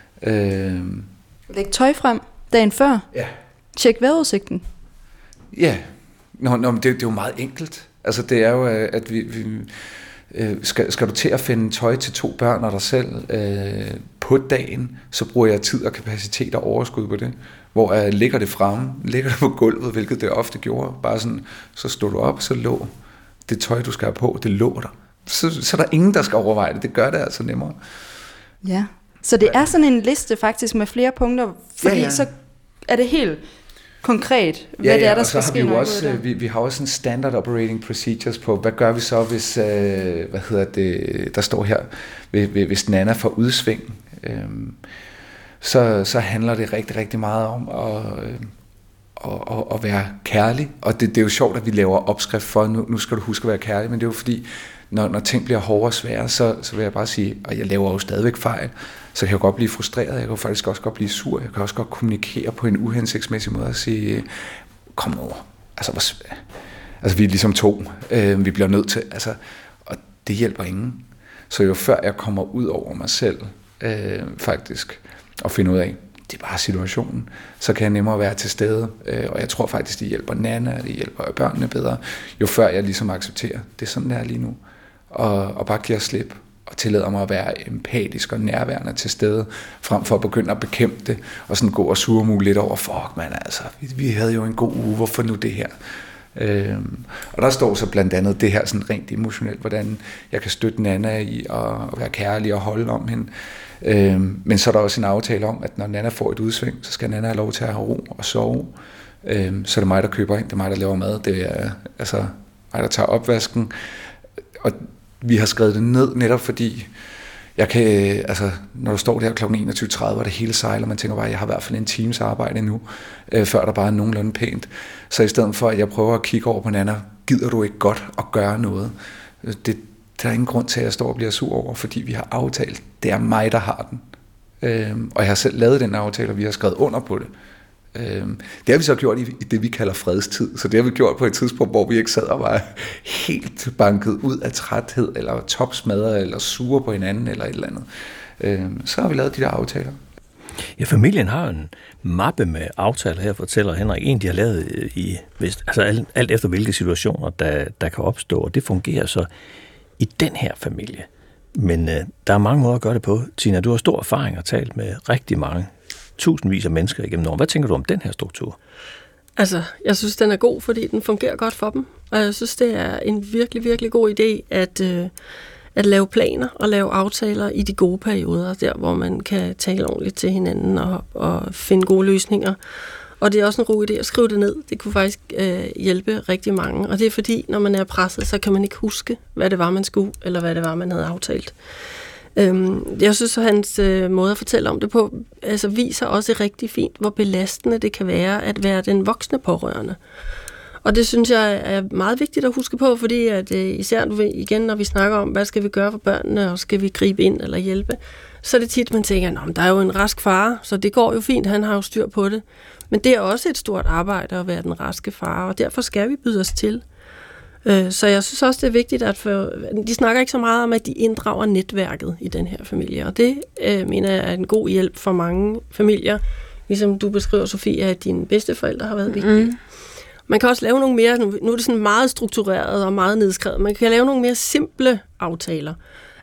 Læg tøj frem dagen før. Ja. Tjek vejrudsigten. Ja, nå, nå, det, det er jo meget enkelt. Altså det er jo, at vi, vi skal, skal du til at finde tøj til to børn og dig selv øh, på dagen, så bruger jeg tid og kapacitet og overskud på det. Hvor jeg ligger det fremme, ligger det på gulvet, hvilket det ofte gjorde. Bare sådan, så stod du op, og så lå det tøj, du skal have på, det lå der. Så, så er der ingen, der skal overveje det. Det gør det altså nemmere. Ja, så det er sådan en liste faktisk med flere punkter, fordi ja, ja. Så er det helt konkret, hvad ja, ja, det er, der skal ske. Vi, også, vi, vi har også en standard operating procedures på, hvad gør vi så, hvis, øh, hvad hedder det, der står her, hvis Nana får udsving. Øh, Så, så handler det rigtig, rigtig meget om at, at, at, at være kærlig. Og det, det er jo sjovt, at vi laver opskrift for, nu, nu skal du huske at være kærlig, men det er jo fordi, når, når ting bliver hårde og svære, så, så vil jeg bare sige, og jeg laver jo stadigvæk fejl, så jeg kan jo godt blive frustreret, jeg kan faktisk også godt blive sur, jeg kan også godt kommunikere på en uhensigtsmæssig måde og sige, kom nu over, altså, hvor, altså vi er ligesom to, øh, vi bliver nødt til, altså, og det hjælper ingen. Så jo før jeg kommer ud over mig selv, øh, faktisk, og finde ud af, det er bare situationen, så kan jeg nemmere være til stede, og jeg tror faktisk, det hjælper Nana, og det hjælper børnene bedre, jo før jeg ligesom accepterer, det er sådan, det er lige nu, og, og bare giver slip, og tillader mig at være empatisk og nærværende til stede, frem for at begynde at bekæmpe det, og sådan gå og surmule lidt over, fuck man, altså, vi, vi havde jo en god uge, hvorfor nu det her? Øhm, og der står så blandt andet det her sådan rent emotionelt, hvordan jeg kan støtte Nana i at, at være kærlig og holde om hende. Øhm, men så er der også en aftale om, at når Nana får et udsving, så skal Nana have lov til at have ro og sove. Øhm, så er det mig, der køber ind, det er mig, der laver mad, det er altså mig, der tager opvasken. Og vi har skrevet det ned netop fordi, jeg kan, altså, når du står der klokken enogtyve tredive, og det hele sejler, man tænker bare, jeg har i hvert fald en times arbejde nu, øh, før der bare er nogenlunde pænt. Så i stedet for, at jeg prøver at kigge over på Nana, gider du ikke godt at gøre noget? Det, der er ingen grund til, at jeg står og bliver sur over, fordi vi har aftalt, det er mig, der har den. Øh, og jeg har selv lavet den aftale, og vi har skrevet under på det. Øh, det har vi så gjort i, i det, vi kalder fredstid. Så det har vi gjort på et tidspunkt, hvor vi ikke sad og var helt banket ud af træthed, eller topsmadret, eller sure på hinanden, eller et eller andet. Øh, så har vi lavet de der aftaler. Ja, familien har en mappe med aftaler her, fortæller Henrik. En, de har lavet i, altså alt, alt efter hvilke situationer, der, der kan opstå, og det fungerer så i den her familie. Men øh, der er mange måder at gøre det på. Tina, du har stor erfaring og talt med rigtig mange tusindvis af mennesker igennem året. Hvad tænker du om den her struktur? Altså, jeg synes, den er god, fordi den fungerer godt for dem. Og jeg synes, det er en virkelig, virkelig god idé at, øh, at lave planer og lave aftaler i de gode perioder, der hvor man kan tale ordentligt til hinanden og, og finde gode løsninger. Og det er også en god idé at skrive det ned. Det kunne faktisk øh, hjælpe rigtig mange. Og det er fordi, når man er presset, så kan man ikke huske, hvad det var, man skulle, eller hvad det var, man havde aftalt. Øhm, jeg synes, at hans øh, måde at fortælle om det på, altså viser også rigtig fint, hvor belastende det kan være at være den voksne pårørende. Og det synes jeg er meget vigtigt at huske på, fordi at, øh, især igen, når vi snakker om, hvad skal vi gøre for børnene, og skal vi gribe ind eller hjælpe, så er det tit, man tænker, nå, der er jo en rask far, så det går jo fint, han har jo styr på det. Men det er også et stort arbejde at være den raske far, og derfor skal vi byde os til. Så jeg synes også, det er vigtigt, at for, de snakker ikke så meget om, at de inddrager netværket i den her familie, og det øh, mener jeg er en god hjælp for mange familier. Ligesom du beskriver, Sofie, at dine bedsteforældre har været vigtige. Mm. Man kan også lave nogle mere, nu er det sådan meget struktureret og meget nedskrevet, man kan lave nogle mere simple aftaler.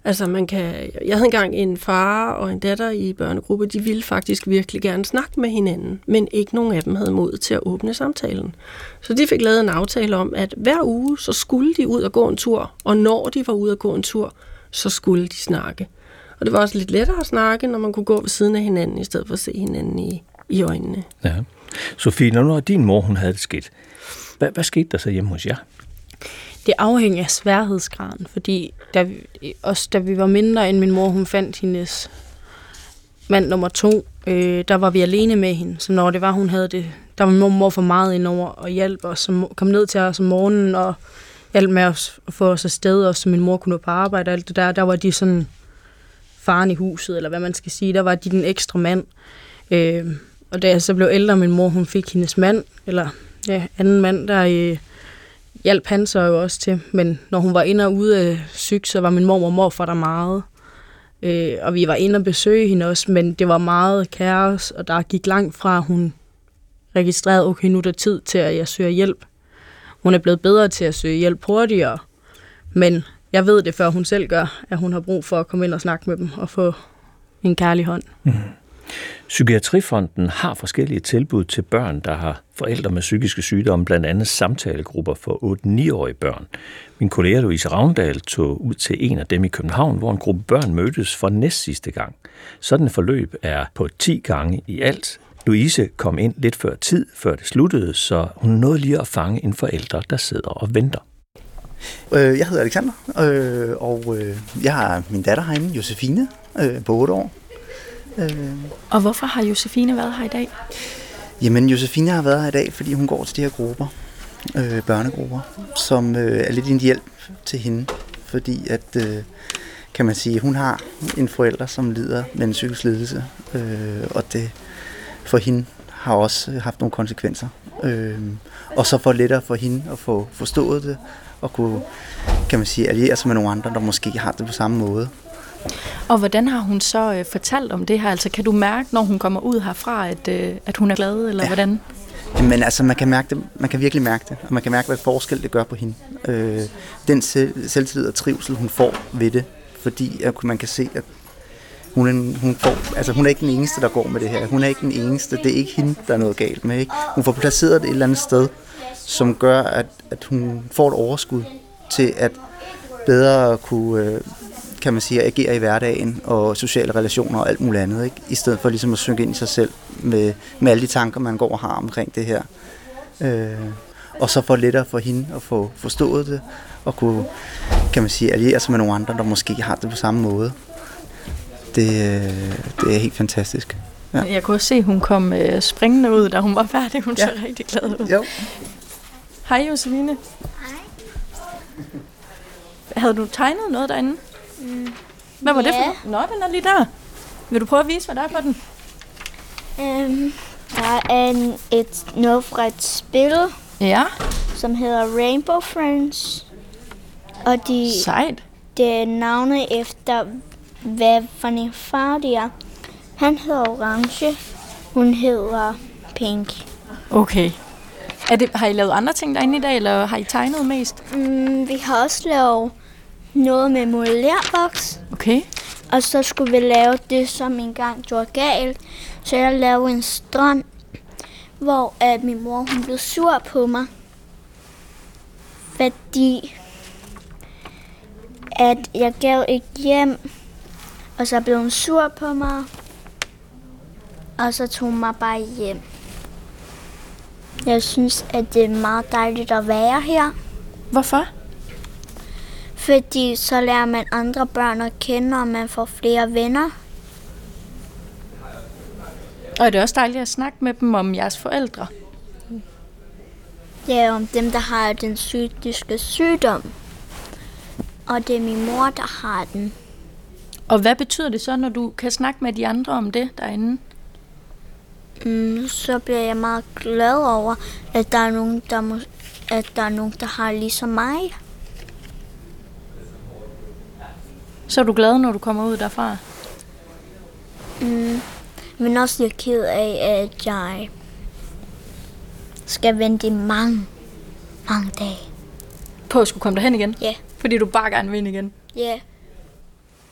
Altså man kan, jeg havde engang en far og en datter i børnegruppe, de ville faktisk virkelig gerne snakke med hinanden, men ikke nogen af dem havde mod til at åbne samtalen. Så de fik lavet en aftale om, at hver uge, så skulle de ud og gå en tur, og når de var ude og gå en tur, så skulle de snakke. Og det var også lidt lettere at snakke, når man kunne gå ved siden af hinanden, i stedet for at se hinanden i, i øjnene. Ja. Sofie, når din mor hun havde det skidt, hvad, hvad skete der så hjemme hos jer? Det afhænger af sværhedsgraden, fordi da vi, også da vi var mindre end min mor, hun fandt hendes mand nummer to, øh, der var vi alene med hende. Så når det var, hun havde det, der var min mor for meget indover og hjalp os, og kom ned til os om morgenen og hjalp med os at få os afsted, og så min mor kunne nå på arbejde og alt det der. Der var de sådan faren i huset, eller hvad man skal sige. Der var de den ekstra mand. Øh, og da jeg så blev ældre, min mor, hun fik hendes mand, eller ja, anden mand, der øh, hjalp han så jo også til. Men når hun var inde og ude af syg, så var min mor og morfar der meget. Øh, og vi var inde og besøge hende også, men det var meget kaos, og der gik langt fra, hun registrerede, okay, nu er der tid til, at jeg søger hjælp. Hun er blevet bedre til at søge hjælp hurtigere, men jeg ved det, før hun selv gør, at hun har brug for at komme ind og snakke med dem og få en kærlig hånd. Mm. Psykiatrifonden har forskellige tilbud til børn, der har forældre med psykiske sygdomme, blandt andet samtalegrupper for otte til ni-årige børn. Min kollega Louise Ravndal tog ud til en af dem i København, hvor en gruppe børn mødtes for næst sidste gang. Sådan et forløb er på ti gange i alt. Louise kom ind lidt før tid, før det sluttede, så hun nåede lige at fange en forælder, der sidder og venter. Jeg hedder Alexander, og jeg har min datter herinde, Josefine, på otte år. Og hvorfor har Josefine været her i dag? Jamen, Josefine har været her i dag, fordi hun går til de her grupper, øh, børnegrupper, som øh, er lidt en hjælp til hende. Fordi at, øh, kan man sige, hun har en forælder, som lider med en psykisk lidelse, øh, og det for hende har også haft nogle konsekvenser. Øh, og så for lettere for hende at få forstået det, og kunne, kan man sige, alliere sig med nogle andre, der måske har det på samme måde. Og hvordan har hun så øh, fortalt om det her? Altså, kan du mærke, når hun kommer ud herfra, at, øh, at hun er glad, eller ja. Hvordan? Men altså, man kan mærke det. Man kan virkelig mærke det, og man kan mærke, hvad forskel det gør på hende. Øh, den selv, selvtillid og trivsel, hun får ved det, fordi at man kan se, at hun er, hun, får, altså, hun er ikke den eneste, der går med det her. Hun er ikke den eneste. Det er ikke hende, der er noget galt med. Ikke? Hun får placeret det et eller andet sted, som gør, at, at hun får et overskud til at bedre kunne... Øh, kan man sige, at agere i hverdagen og sociale relationer og alt muligt andet, ikke? I stedet for ligesom at synke ind i sig selv med, med alle de tanker, man går og har omkring det her. Øh, og så for lettere for hende at få forstået det og kunne, kan man sige, alliere sig med nogle andre, der måske har det på samme måde. Det, det er helt fantastisk. Ja. Jeg kunne også se, at hun kom øh, springende ud, da hun var færdig. Hun ja. Så rigtig glad ud. Jo. Hej Josefine. Hej. Havde du tegnet noget derinde? Mm. Hvad var ja. det for? Nå, den er lige der. Vil du prøve at vise, hvad der er på den? Um, der er en, et, noget fra et spil, ja. Som hedder Rainbow Friends. Og de, Sejt. det er navne efter, hvad for en farve de er. Han hedder orange, hun hedder pink. Okay. Er det, har I lavet andre ting derinde i dag, eller har I tegnet mest? Mm, vi har også lavet noget med modellerboks. Okay. Og så skulle vi lave det, som engang gjorde galt. Så jeg lavede en strand, hvor at min mor hun blev sur på mig. Fordi at jeg gav ikke hjem. Og så blev hun sur på mig. Og så tog hun mig bare hjem. Jeg synes, at det er meget dejligt at være her. Hvorfor? Fordi så lærer man andre børn at kende, og man får flere venner. Og er det også dejligt at snakke med dem om jeres forældre? Ja, om dem, der har den psykiske sygdom. Og det er min mor, der har den. Og hvad betyder det så, når du kan snakke med de andre om det derinde? Mm, så bliver jeg meget glad over, at der er nogen, der, må, at der, er nogen, der har ligesom mig. Så er du glad, når du kommer ud derfra? Mm, men også jeg er ked af, at jeg skal vente i mange, mange dage. På at skulle komme derhen igen? Ja. Yeah. Fordi du bare gerne vil ind igen? Ja. Yeah.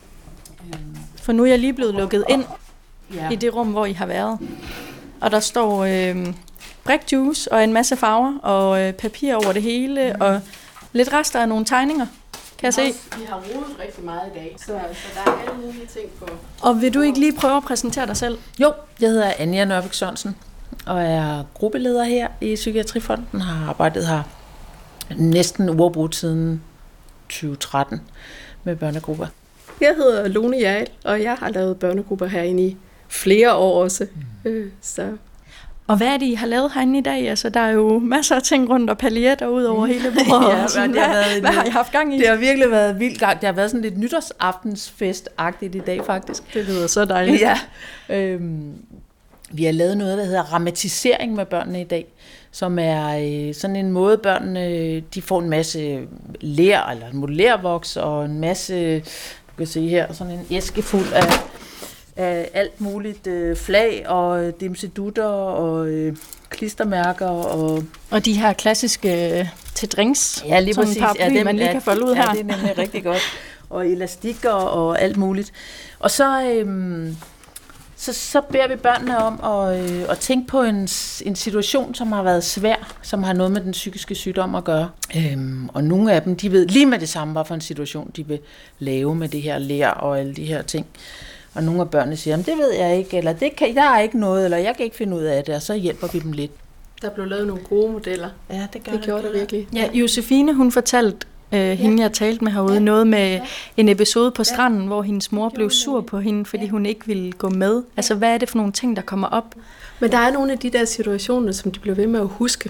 For nu er jeg lige blevet lukket ind ja. i det rum, hvor I har været. Og der står øh, brikjuice og en masse farver og øh, papir over det hele, mm. og lidt rester af nogle tegninger, kan jeg se. Vi har rodet rigtig meget i dag, så, så der er alle mulige ting på. Og vil du ikke lige prøve at præsentere dig selv? Jo, jeg hedder Anja Nørbæk Sørensen, og er gruppeleder her i Psykiatrifonden. Har arbejdet her næsten uafbrudt siden tyve tretten med børnegrupper. Jeg hedder Lone Jarl, og jeg har lavet børnegrupper herinde i flere år også. Mm. Øh, så. Og hvad er det, I har lavet herinde i dag? Altså, der er jo masser af ting rundt og paljetter ud over hele bordet. Ja, sådan, det har hvad, været hvad har I haft gang i? Det har virkelig været vildt gang. Det har været sådan lidt nytårsaftensfest-agtigt i dag, faktisk. Det lyder så dejligt. Ja. Øhm, vi har lavet noget, der hedder rammatisering med børnene i dag, som er øh, sådan en måde, børnene de får en masse ler, eller modellervoks, og en masse, du kan se her, sådan en æske fuld af af alt muligt øh, flag og dimsedutter og øh, klistermærker og og de her klassiske øh, til drinks. Ja, lige præcis. Paraply, ja, dem, man lige kan folde ud ja, her. Ja, det er nemlig rigtig godt. Og elastikker og alt muligt. Og så øhm, så, så beder vi børnene om at, øh, at tænke på en, en situation, som har været svær, som har noget med den psykiske sygdom at gøre. Øhm, og nogle af dem, de ved lige med det samme, hvad for en situation de vil lave med det her ler og alle de her ting. Og nogle af børnene siger, det ved jeg ikke, eller det kan, der er ikke noget, eller jeg kan ikke finde ud af det, og så hjælper vi dem lidt. Der blev lavet nogle gode modeller. Ja, det gør det. gjorde det virkelig. Ja, Josefine, hun fortalte øh, hende, jeg talte med herude, ja. noget med ja. en episode på stranden, ja. hvor hendes mor blev sur på hende, fordi ja. hun ikke ville gå med. Altså, hvad er det for nogle ting, der kommer op? Men der er nogle af de der situationer, som de blev ved med at huske.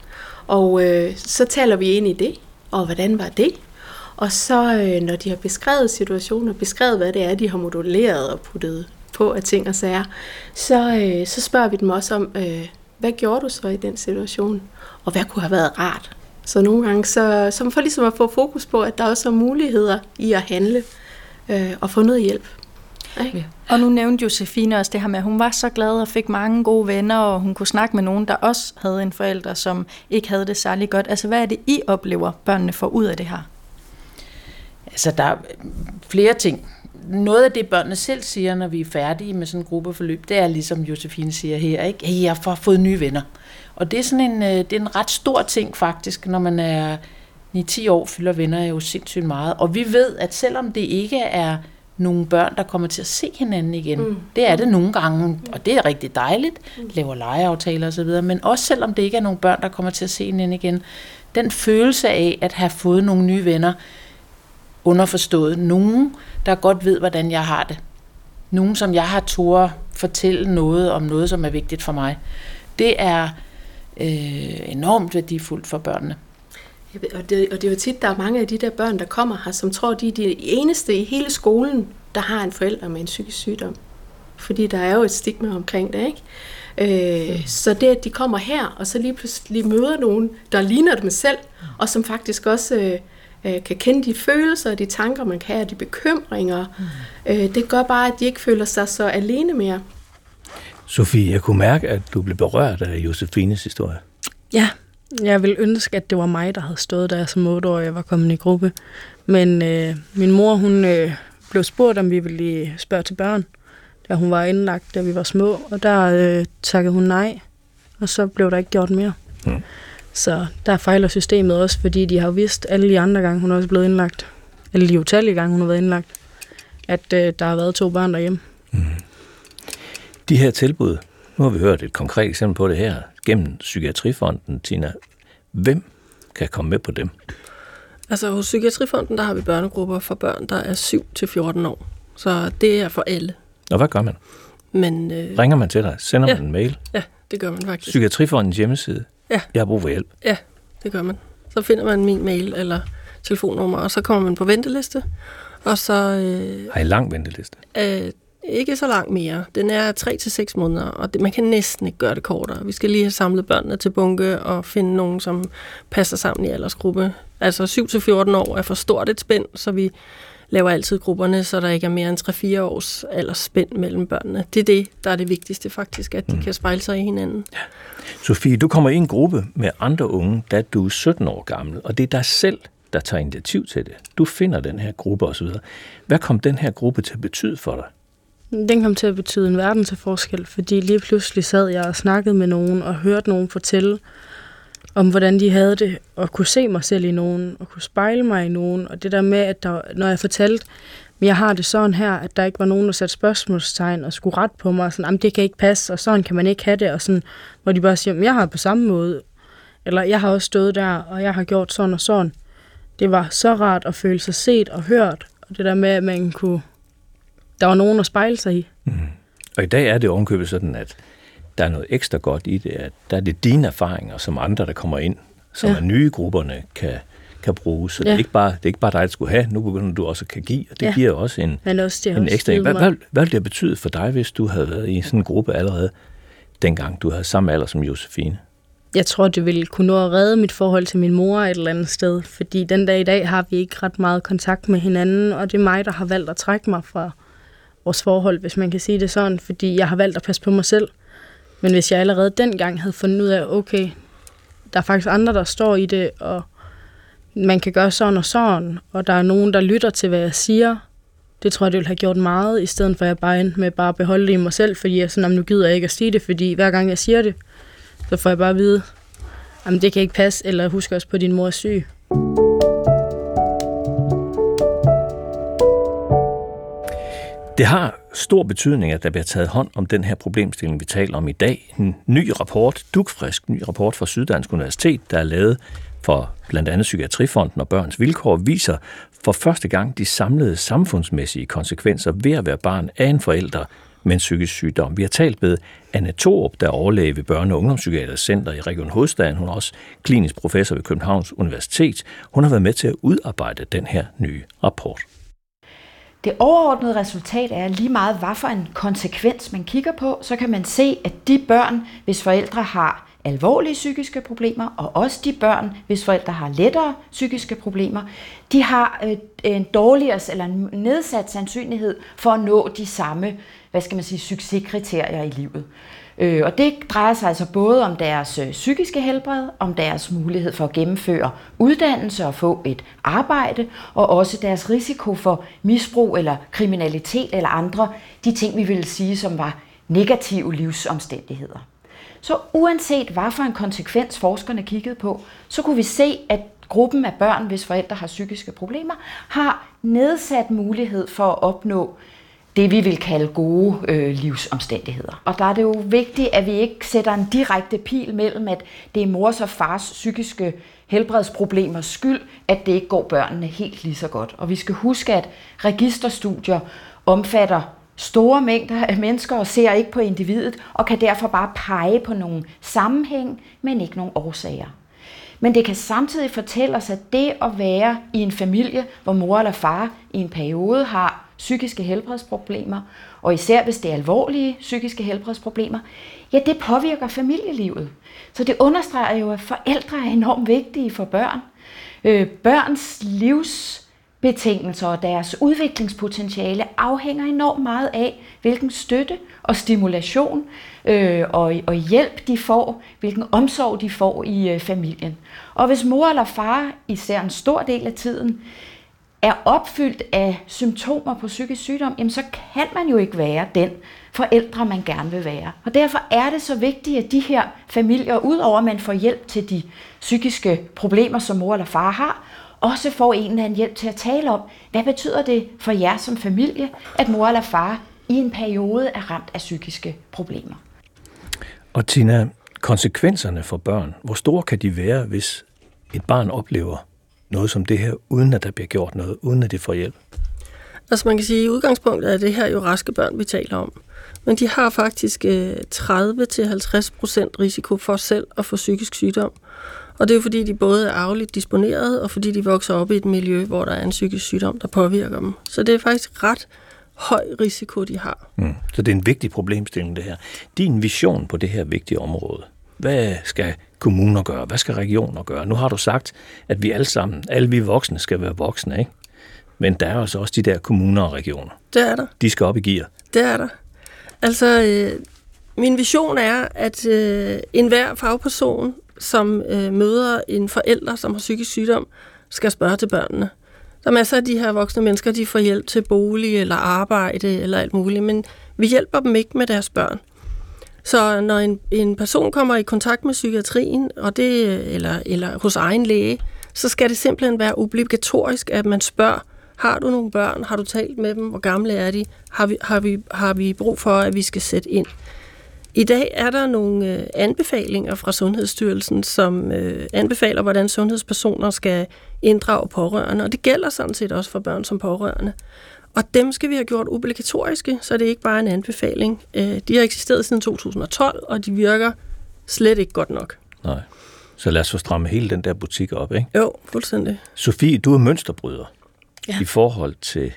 Og øh, så taler vi ind i det, og hvordan var det? Og så, øh, når de har beskrevet situationer, beskrevet, hvad det er, de har moduleret og puttet på af ting og sager, så, øh, så spørger vi dem også om, øh, hvad gjorde du så i den situation? Og hvad kunne have været rart? Så nogle gange, så, så for ligesom at få fokus på, at der også er muligheder i at handle øh, og få noget hjælp. Ja. Og nu nævnte Josefine også det her med, at hun var så glad og fik mange gode venner, og hun kunne snakke med nogen, der også havde en forælder, som ikke havde det særlig godt. Altså, hvad er det, I oplever, børnene får ud af det her? Altså, der er flere ting. Noget af det, børnene selv siger, når vi er færdige med sådan en gruppeforløb, det er ligesom Josefine siger her, ikke? Hey, jeg har fået nye venner. Og det er sådan en, det er en ret stor ting faktisk, når man er ni til ti år, fylder venner jo sindssygt meget. Og vi ved, at selvom det ikke er nogle børn, der kommer til at se hinanden igen, mm. det er det nogle gange, og det er rigtig dejligt, laver legeaftaler osv., men også selvom det ikke er nogle børn, der kommer til at se hinanden igen, den følelse af at have fået nogle nye venner, underforstået. Nogen, der godt ved, hvordan jeg har det. Nogen, som jeg har turde fortælle noget om noget, som er vigtigt for mig. Det er øh, enormt værdifuldt for børnene. Og det, og det er jo tit, der er mange af de der børn, der kommer her, som tror, de er de eneste i hele skolen, der har en forælder med en psykisk sygdom. Fordi der er jo et stigma omkring det, ikke? Øh, mm. Så det, at de kommer her, og så lige pludselig møder nogen, der ligner dem selv, og som faktisk også øh, kan kende de følelser og de tanker, man kan have, og de bekymringer. Mm. Øh, det gør bare, at de ikke føler sig så alene mere. Sofie, jeg kunne mærke, at du blev berørt af Josefines historie. Ja, jeg ville ønske, at det var mig, der havde stået der som otteårig, jeg var kommet i gruppe. Men øh, min mor, hun øh, blev spurgt, om vi ville spørge til børn, da hun var indlagt, da vi var små. Og der øh, takkede hun nej, og så blev der ikke gjort mere. Mm. Så der fejler systemet også, fordi de har vidst alle de andre gange, hun er også blevet indlagt, eller de utallige gange, hun har været indlagt, at øh, der har været to børn derhjemme. Mm. De her tilbud, nu har vi hørt et konkret eksempel på det her, gennem Psykiatrifonden, Tina. Hvem kan komme med på dem? Altså hos Psykiatrifonden, der har vi børnegrupper for børn, der er syv til fjorten år. Så det er for alle. Og hvad gør man? Men, øh... Ringer man til dig? Sender ja. man en mail? Ja, det gør man faktisk. Psykiatrifondens hjemmeside? Ja. Jeg har brug for hjælp? Ja, det gør man. Så finder man min mail eller telefonnummer, og så kommer man på venteliste. Og så... Øh... Har I lang venteliste? Øh... Ikke så langt mere. Den er tre til seks måneder, og det, man kan næsten ikke gøre det kortere. Vi skal lige have samlet børnene til bunke og finde nogen, som passer sammen i aldersgruppe. Altså syv til fjorten år er for stort et spænd, så vi laver altid grupperne, så der ikke er mere end tre til fire års aldersspænd mellem børnene. Det er det, der er det vigtigste faktisk, at de mm. kan spejle sig i hinanden. Ja. Sofie, du kommer i en gruppe med andre unge, da du er sytten år gammel, og det er dig selv, der tager initiativ til det. Du finder den her gruppe osv. Hvad kom den her gruppe til at betyde for dig? Den kom til at betyde en verden til forskel, fordi lige pludselig sad jeg og snakkede med nogen og hørte nogen fortælle om, hvordan de havde det, og kunne se mig selv i nogen, og kunne spejle mig i nogen, og det der med, at der, når jeg fortalte, men jeg har det sådan her, at der ikke var nogen, der satte spørgsmålstegn og skulle rette på mig, og sådan, det kan ikke passe, og sådan kan man ikke have det, og sådan, hvor de bare siger, men jeg har på samme måde, eller jeg har også stået der, og jeg har gjort sådan og sådan. Det var så rart at føle sig set og hørt, og det der med, at man kunne, der var nogen at spejle sig i. Mm. Og i dag er det ovenkøbet sådan, at der er noget ekstra godt i det, at der er det dine erfaringer, som andre, der kommer ind, som ja. er nye grupperne, kan, kan bruge. Så ja. det, er ikke bare, det er ikke bare dig, der skulle have, nu begynder du også kan give, og det ja. giver også en, også, en ekstra. Hvad, hvad, hvad ville det betyde for dig, hvis du havde været i sådan en gruppe allerede, dengang du havde samme alder som Josefine? Jeg tror, det ville kunne nå at redde mit forhold til min mor et eller andet sted, fordi den dag i dag har vi ikke ret meget kontakt med hinanden, og det er mig, der har valgt at trække mig fra vores forhold, hvis man kan sige det sådan, fordi jeg har valgt at passe på mig selv. Men hvis jeg allerede dengang havde fundet ud af, okay, der er faktisk andre, der står i det, og man kan gøre sådan og sådan, og der er nogen, der lytter til, hvad jeg siger, det tror jeg, det ville have gjort meget, i stedet for at jeg bare endte med bare at beholde det i mig selv, fordi jeg sådan, nu gider jeg ikke at sige det, fordi hver gang jeg siger det, så får jeg bare at vide, jamen det kan ikke passe, eller husk også på, at din mor er syg. Det har stor betydning, at der bliver taget hånd om den her problemstilling, vi taler om i dag. En ny rapport, dugfrisk ny rapport fra Syddansk Universitet, der er lavet for blandt andet Psykiatrifonden og Børns Vilkår, viser for første gang de samlede samfundsmæssige konsekvenser ved at være barn af en forælder med en psykisk sygdom. Vi har talt med Anne Thorup, der er overlæge ved Børne- og Ungdomspsykiatrisk Center i Region Hovedstaden. Hun er også klinisk professor ved Københavns Universitet. Hun har været med til at udarbejde den her nye rapport. Det overordnede resultat er lige meget, hvad for en konsekvens man kigger på, så kan man se, at de børn, hvis forældre har alvorlige psykiske problemer, og også de børn, hvis forældre har lettere psykiske problemer, de har en dårligere eller en nedsat sandsynlighed for at nå de samme, hvad skal man sige, succeskriterier i livet. Og det drejer sig altså både om deres psykiske helbred, om deres mulighed for at gennemføre uddannelse og få et arbejde, og også deres risiko for misbrug eller kriminalitet eller andre, de ting vi ville sige, som var negative livsomstændigheder. Så uanset hvad for en konsekvens forskerne kiggede på, så kunne vi se, at gruppen af børn, hvis forældre har psykiske problemer, har nedsat mulighed for at opnå det, vi vil kalde gode øh, livsomstændigheder. Og der er det jo vigtigt, at vi ikke sætter en direkte pil mellem, at det er mors og fars psykiske helbredsproblemers skyld, at det ikke går børnene helt lige så godt. Og vi skal huske, at registerstudier omfatter store mængder af mennesker og ser ikke på individet, og kan derfor bare pege på nogle sammenhæng, men ikke nogle årsager. Men det kan samtidig fortælle os, at det at være i en familie, hvor mor eller far i en periode har psykiske helbredsproblemer, og især hvis det er alvorlige psykiske helbredsproblemer, ja, det påvirker familielivet. Så det understreger jo, at forældre er enormt vigtige for børn. Øh, børns livsbetingelser og deres udviklingspotentiale afhænger enormt meget af, hvilken støtte og stimulation øh, og, og hjælp de får, hvilken omsorg de får i øh, familien. Og hvis mor eller far, især en stor del af tiden, er opfyldt af symptomer på psykisk sygdom, jamen så kan man jo ikke være den forældre, man gerne vil være. Og derfor er det så vigtigt, at de her familier, udover at man får hjælp til de psykiske problemer, som mor eller far har, også får en eller anden hjælp til at tale om, hvad betyder det for jer som familie, at mor eller far i en periode er ramt af psykiske problemer. Og Tina, konsekvenserne for børn, hvor store kan de være, hvis et barn oplever noget som det her, uden at der bliver gjort noget, uden at det får hjælp? Altså man kan sige, at i udgangspunktet er det her jo raske børn, vi taler om. Men de har faktisk tredive til halvtreds procent risiko for selv at få psykisk sygdom. Og det er jo fordi, de både er arveligt disponeret, og fordi de vokser op i et miljø, hvor der er en psykisk sygdom, der påvirker dem. Så det er faktisk ret høj risiko, de har. Mm. Så det er en vigtig problemstilling, det her. Din vision på det her vigtige område. Hvad skal kommuner gøre? Hvad skal regioner gøre? Nu har du sagt, at vi alle sammen, alle vi voksne, skal være voksne, ikke? Men der er altså også de der kommuner og regioner. Det er der. De skal op i gear. Det er der. Altså, øh, min vision er, at øh, enhver fagperson, som øh, møder en forælder, som har psykisk sygdom, skal spørge til børnene. Der er masser af de her voksne mennesker, de får hjælp til bolig eller arbejde eller alt muligt, men vi hjælper dem ikke med deres børn. Så når en, en person kommer i kontakt med psykiatrien, og det, eller, eller hos egen læge, så skal det simpelthen være obligatorisk, at man spørger, har du nogle børn? Har du talt med dem? Hvor gamle er de? Har vi, har vi, har vi brug for, at vi skal sætte ind? I dag er der nogle øh, anbefalinger fra Sundhedsstyrelsen, som øh, anbefaler, hvordan sundhedspersoner skal inddrage pårørende, og det gælder sådan set også for børn som pårørende. Og dem skal vi have gjort obligatoriske, så det er ikke bare en anbefaling. Øh, de har eksisteret siden to tusind og tolv, og de virker slet ikke godt nok. Nej. Så lad os få stramme hele den der butik op, ikke? Jo, fuldstændig. Sofie, du er mønsterbryder ja. i forhold til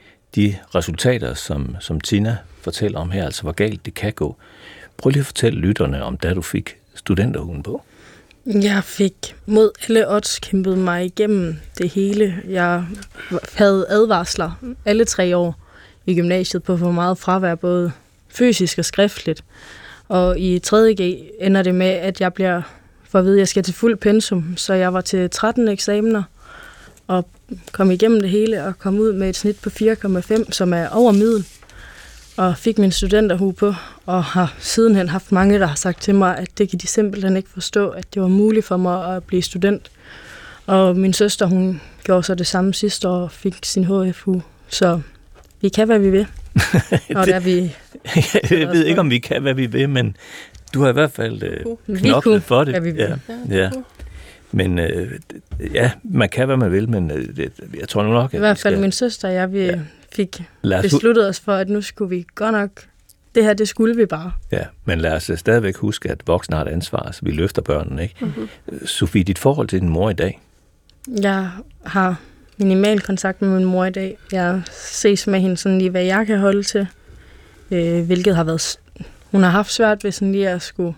de resultater, som, som Tina fortæller om her, altså hvor galt det kan gå. Prøv lige at fortælle lytterne om, da du fik studenterhuen på. Jeg fik mod alle odds kæmpet mig igennem det hele. Jeg havde advarsler alle tre år i gymnasiet på for meget fravær, både fysisk og skriftligt. Og i tredje G ender det med, at jeg bliver for at vide, at jeg skal til fuld pensum. Så jeg var til tretten eksamener og kom igennem det hele og kom ud med et snit på fire komma fem, som er over middel. Og fik min studenterhue på, og har sidenhen haft mange, der har sagt til mig, at det kan de simpelthen ikke forstå, at det var muligt for mig at blive student. Og min søster, hun gjorde så det samme sidste år og fik sin H F U. Så vi kan, hvad vi vil. Og der vi... Jeg ved ikke, om vi kan, hvad vi vil, men du har i hvert fald øh, knoklet for det. Hvad vi vil. Ja, ja. Men øh, ja, man kan, hvad man vil, men øh, det, jeg tror nu nok, at i hvert fald skal... min søster og jeg, vi ja. fik besluttet os for, at nu skulle vi godt nok, det her, det skulle vi bare. Ja, men lad os stadigvæk huske, at voksne har et ansvar, så vi løfter børnene, ikke? Mm-hmm. Sofie, dit forhold til din mor i dag? Jeg har minimal kontakt med min mor i dag. Jeg ses med hende sådan lige, hvad jeg kan holde til, øh, hvilket har været... Hun har haft svært ved sådan lige at skulle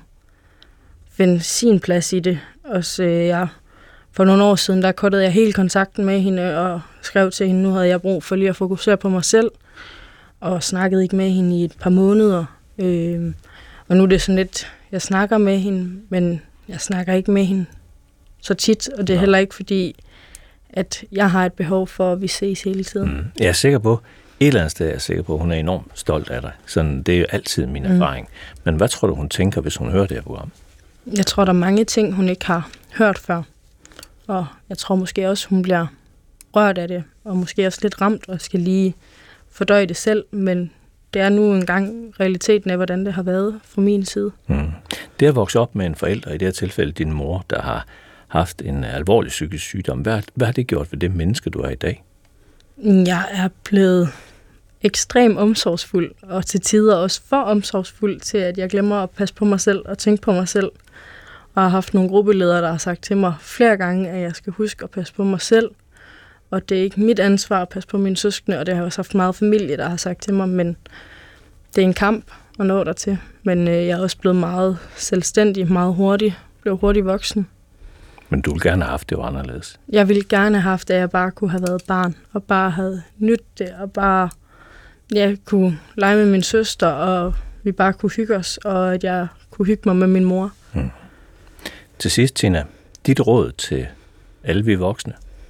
finde sin plads i det. Og så jeg, for nogle år siden, der kuttede jeg helt kontakten med hende og skrev til hende, nu havde jeg brug for lige at fokusere på mig selv, og snakkede ikke med hende i et par måneder. Øh, og nu er det sådan lidt, jeg snakker med hende, men jeg snakker ikke med hende så tit, og det er heller ikke fordi, at jeg har et behov for, at vi ses hele tiden. Mm. Jeg er sikker på, et eller andet sted er jeg sikker på, at hun er enormt stolt af dig. Sådan, det er jo altid min erfaring. Mm. Men hvad tror du, hun tænker, hvis hun hører det her program? Jeg tror, der er mange ting, hun ikke har hørt før. Og jeg tror måske også, hun bliver rørt af det, og måske også lidt ramt, og skal lige fordøje det selv. Men det er nu engang realiteten af, hvordan det har været fra min side. Mm. Det at vokse op med en forælder, i det her tilfælde din mor, der har haft en alvorlig psykisk sygdom, hvad, hvad har det gjort for det menneske, du er i dag? Jeg er blevet ekstremt omsorgsfuld, og til tider også for omsorgsfuld til, at jeg glemmer at passe på mig selv og tænke på mig selv. Og har haft nogle gruppeledere, der har sagt til mig flere gange, at jeg skal huske at passe på mig selv. Og det er ikke mit ansvar at passe på mine søskende, og det har jeg også haft meget familie, der har sagt til mig, men det er en kamp at nå dertil. Men øh, jeg er også blevet meget selvstændig, meget hurtig, blev hurtigt voksen. Men du ville gerne have haft det jo anderledes. Jeg ville gerne have haft, at jeg bare kunne have været barn, og bare havde nydt det, og bare jeg kunne lege med min søster, og vi bare kunne hygge os, og at jeg kunne hygge mig med min mor. Hmm. Til sidst, Tina, dit råd til alle vi voksne?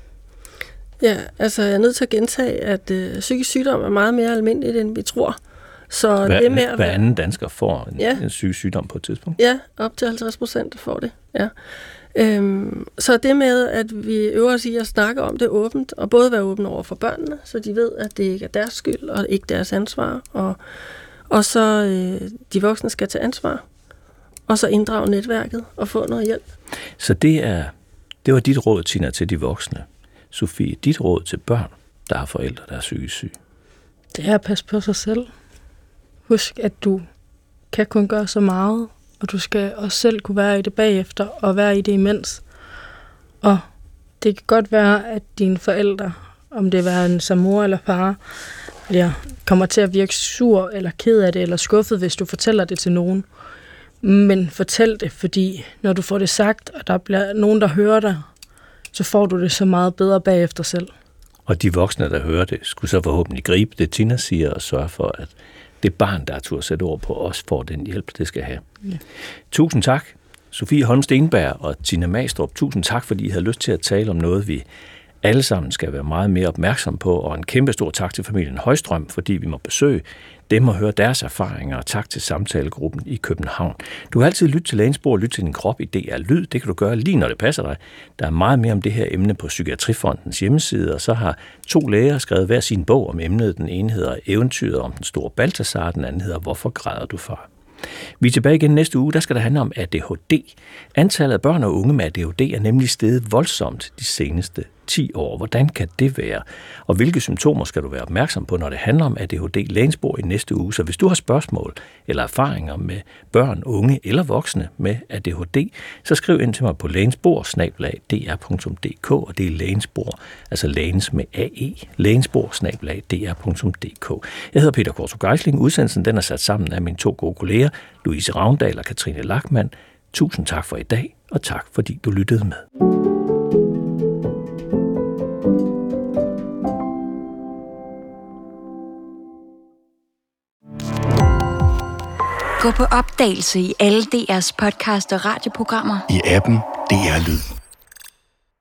Ja, altså jeg er nødt til at gentage, at øh, psykisk sygdom er meget mere almindeligt, end vi tror. Så hver, det med at hver være... anden dansker får en, ja. en psykisk sygdom på et tidspunkt? Ja, op til halvtreds procent får det, ja. Øhm, så det med, at vi øver os i at snakke om det åbent, og både være åbne over for børnene, så de ved, at det ikke er deres skyld, og ikke deres ansvar, og, og så øh, de voksne skal tage ansvar, og så inddrage netværket og få noget hjælp. Så det, er, det var dit råd, Tina, til de voksne. Sofie, dit råd til børn, der har forældre, der er psykisk syge? Det er at passe på sig selv. Husk, at du kan kun gøre så meget, og du skal også selv kunne være i det bagefter, og være i det imens. Og det kan godt være, at dine forældre, om det er en som mor eller far, bliver, kommer til at virke sur, eller ked af det, eller skuffet, hvis du fortæller det til nogen. Men fortæl det, fordi når du får det sagt, og der bliver nogen, der hører dig, så får du det så meget bedre bagefter selv. Og de voksne, der hører det, skulle så forhåbentlig gribe det, Tina siger, og sørge for, at det barn, der er tur at sætte ord på, også får den hjælp, det skal have. Ja. Tusind tak, Sofie Holm Stenberg og Tina Magstrup. Tusind tak, fordi I havde lyst til at tale om noget, vi alle sammen skal være meget mere opmærksom på, og en kæmpe stor tak til familien Højstrøm, fordi vi må besøge dem og høre deres erfaringer, og tak til samtalegruppen i København. Du kan altid lytte til Lægens Bord og lytte til din krop i D R Lyd. Det kan du gøre lige når det passer dig. Der er meget mere om det her emne på Psykiatrifondens hjemmeside, og så har to læger skrevet hver sin bog om emnet. Den ene hedder Eventyret om den store Balthasar, den anden hedder Hvorfor græder du, far? Vi er tilbage igen næste uge, der skal det handle om A D H D. Antallet af børn og unge med A D H D er nemlig steget voldsomt de seneste ti år. Hvordan kan det være? Og hvilke symptomer skal du være opmærksom på, når det handler om A D H D? Lægens Bord i næste uge. Så hvis du har spørgsmål eller erfaringer med børn, unge eller voksne med A D H D, så skriv ind til mig på lægensbord snabel-a d r punktum d k, og det er Lægens Bord, altså lægens med A E, lægensbord snabel-a d r punktum d k. Jeg hedder Peter Kortrup Geisling. Udsendelsen den er sat sammen af mine to gode kolleger, Louise Ravndal og Katrine Lachmann. Tusind tak for i dag, og tak fordi du lyttede med. Gå på opdagelse i alle D R's podcast og radioprogrammer. I appen D R Lyd.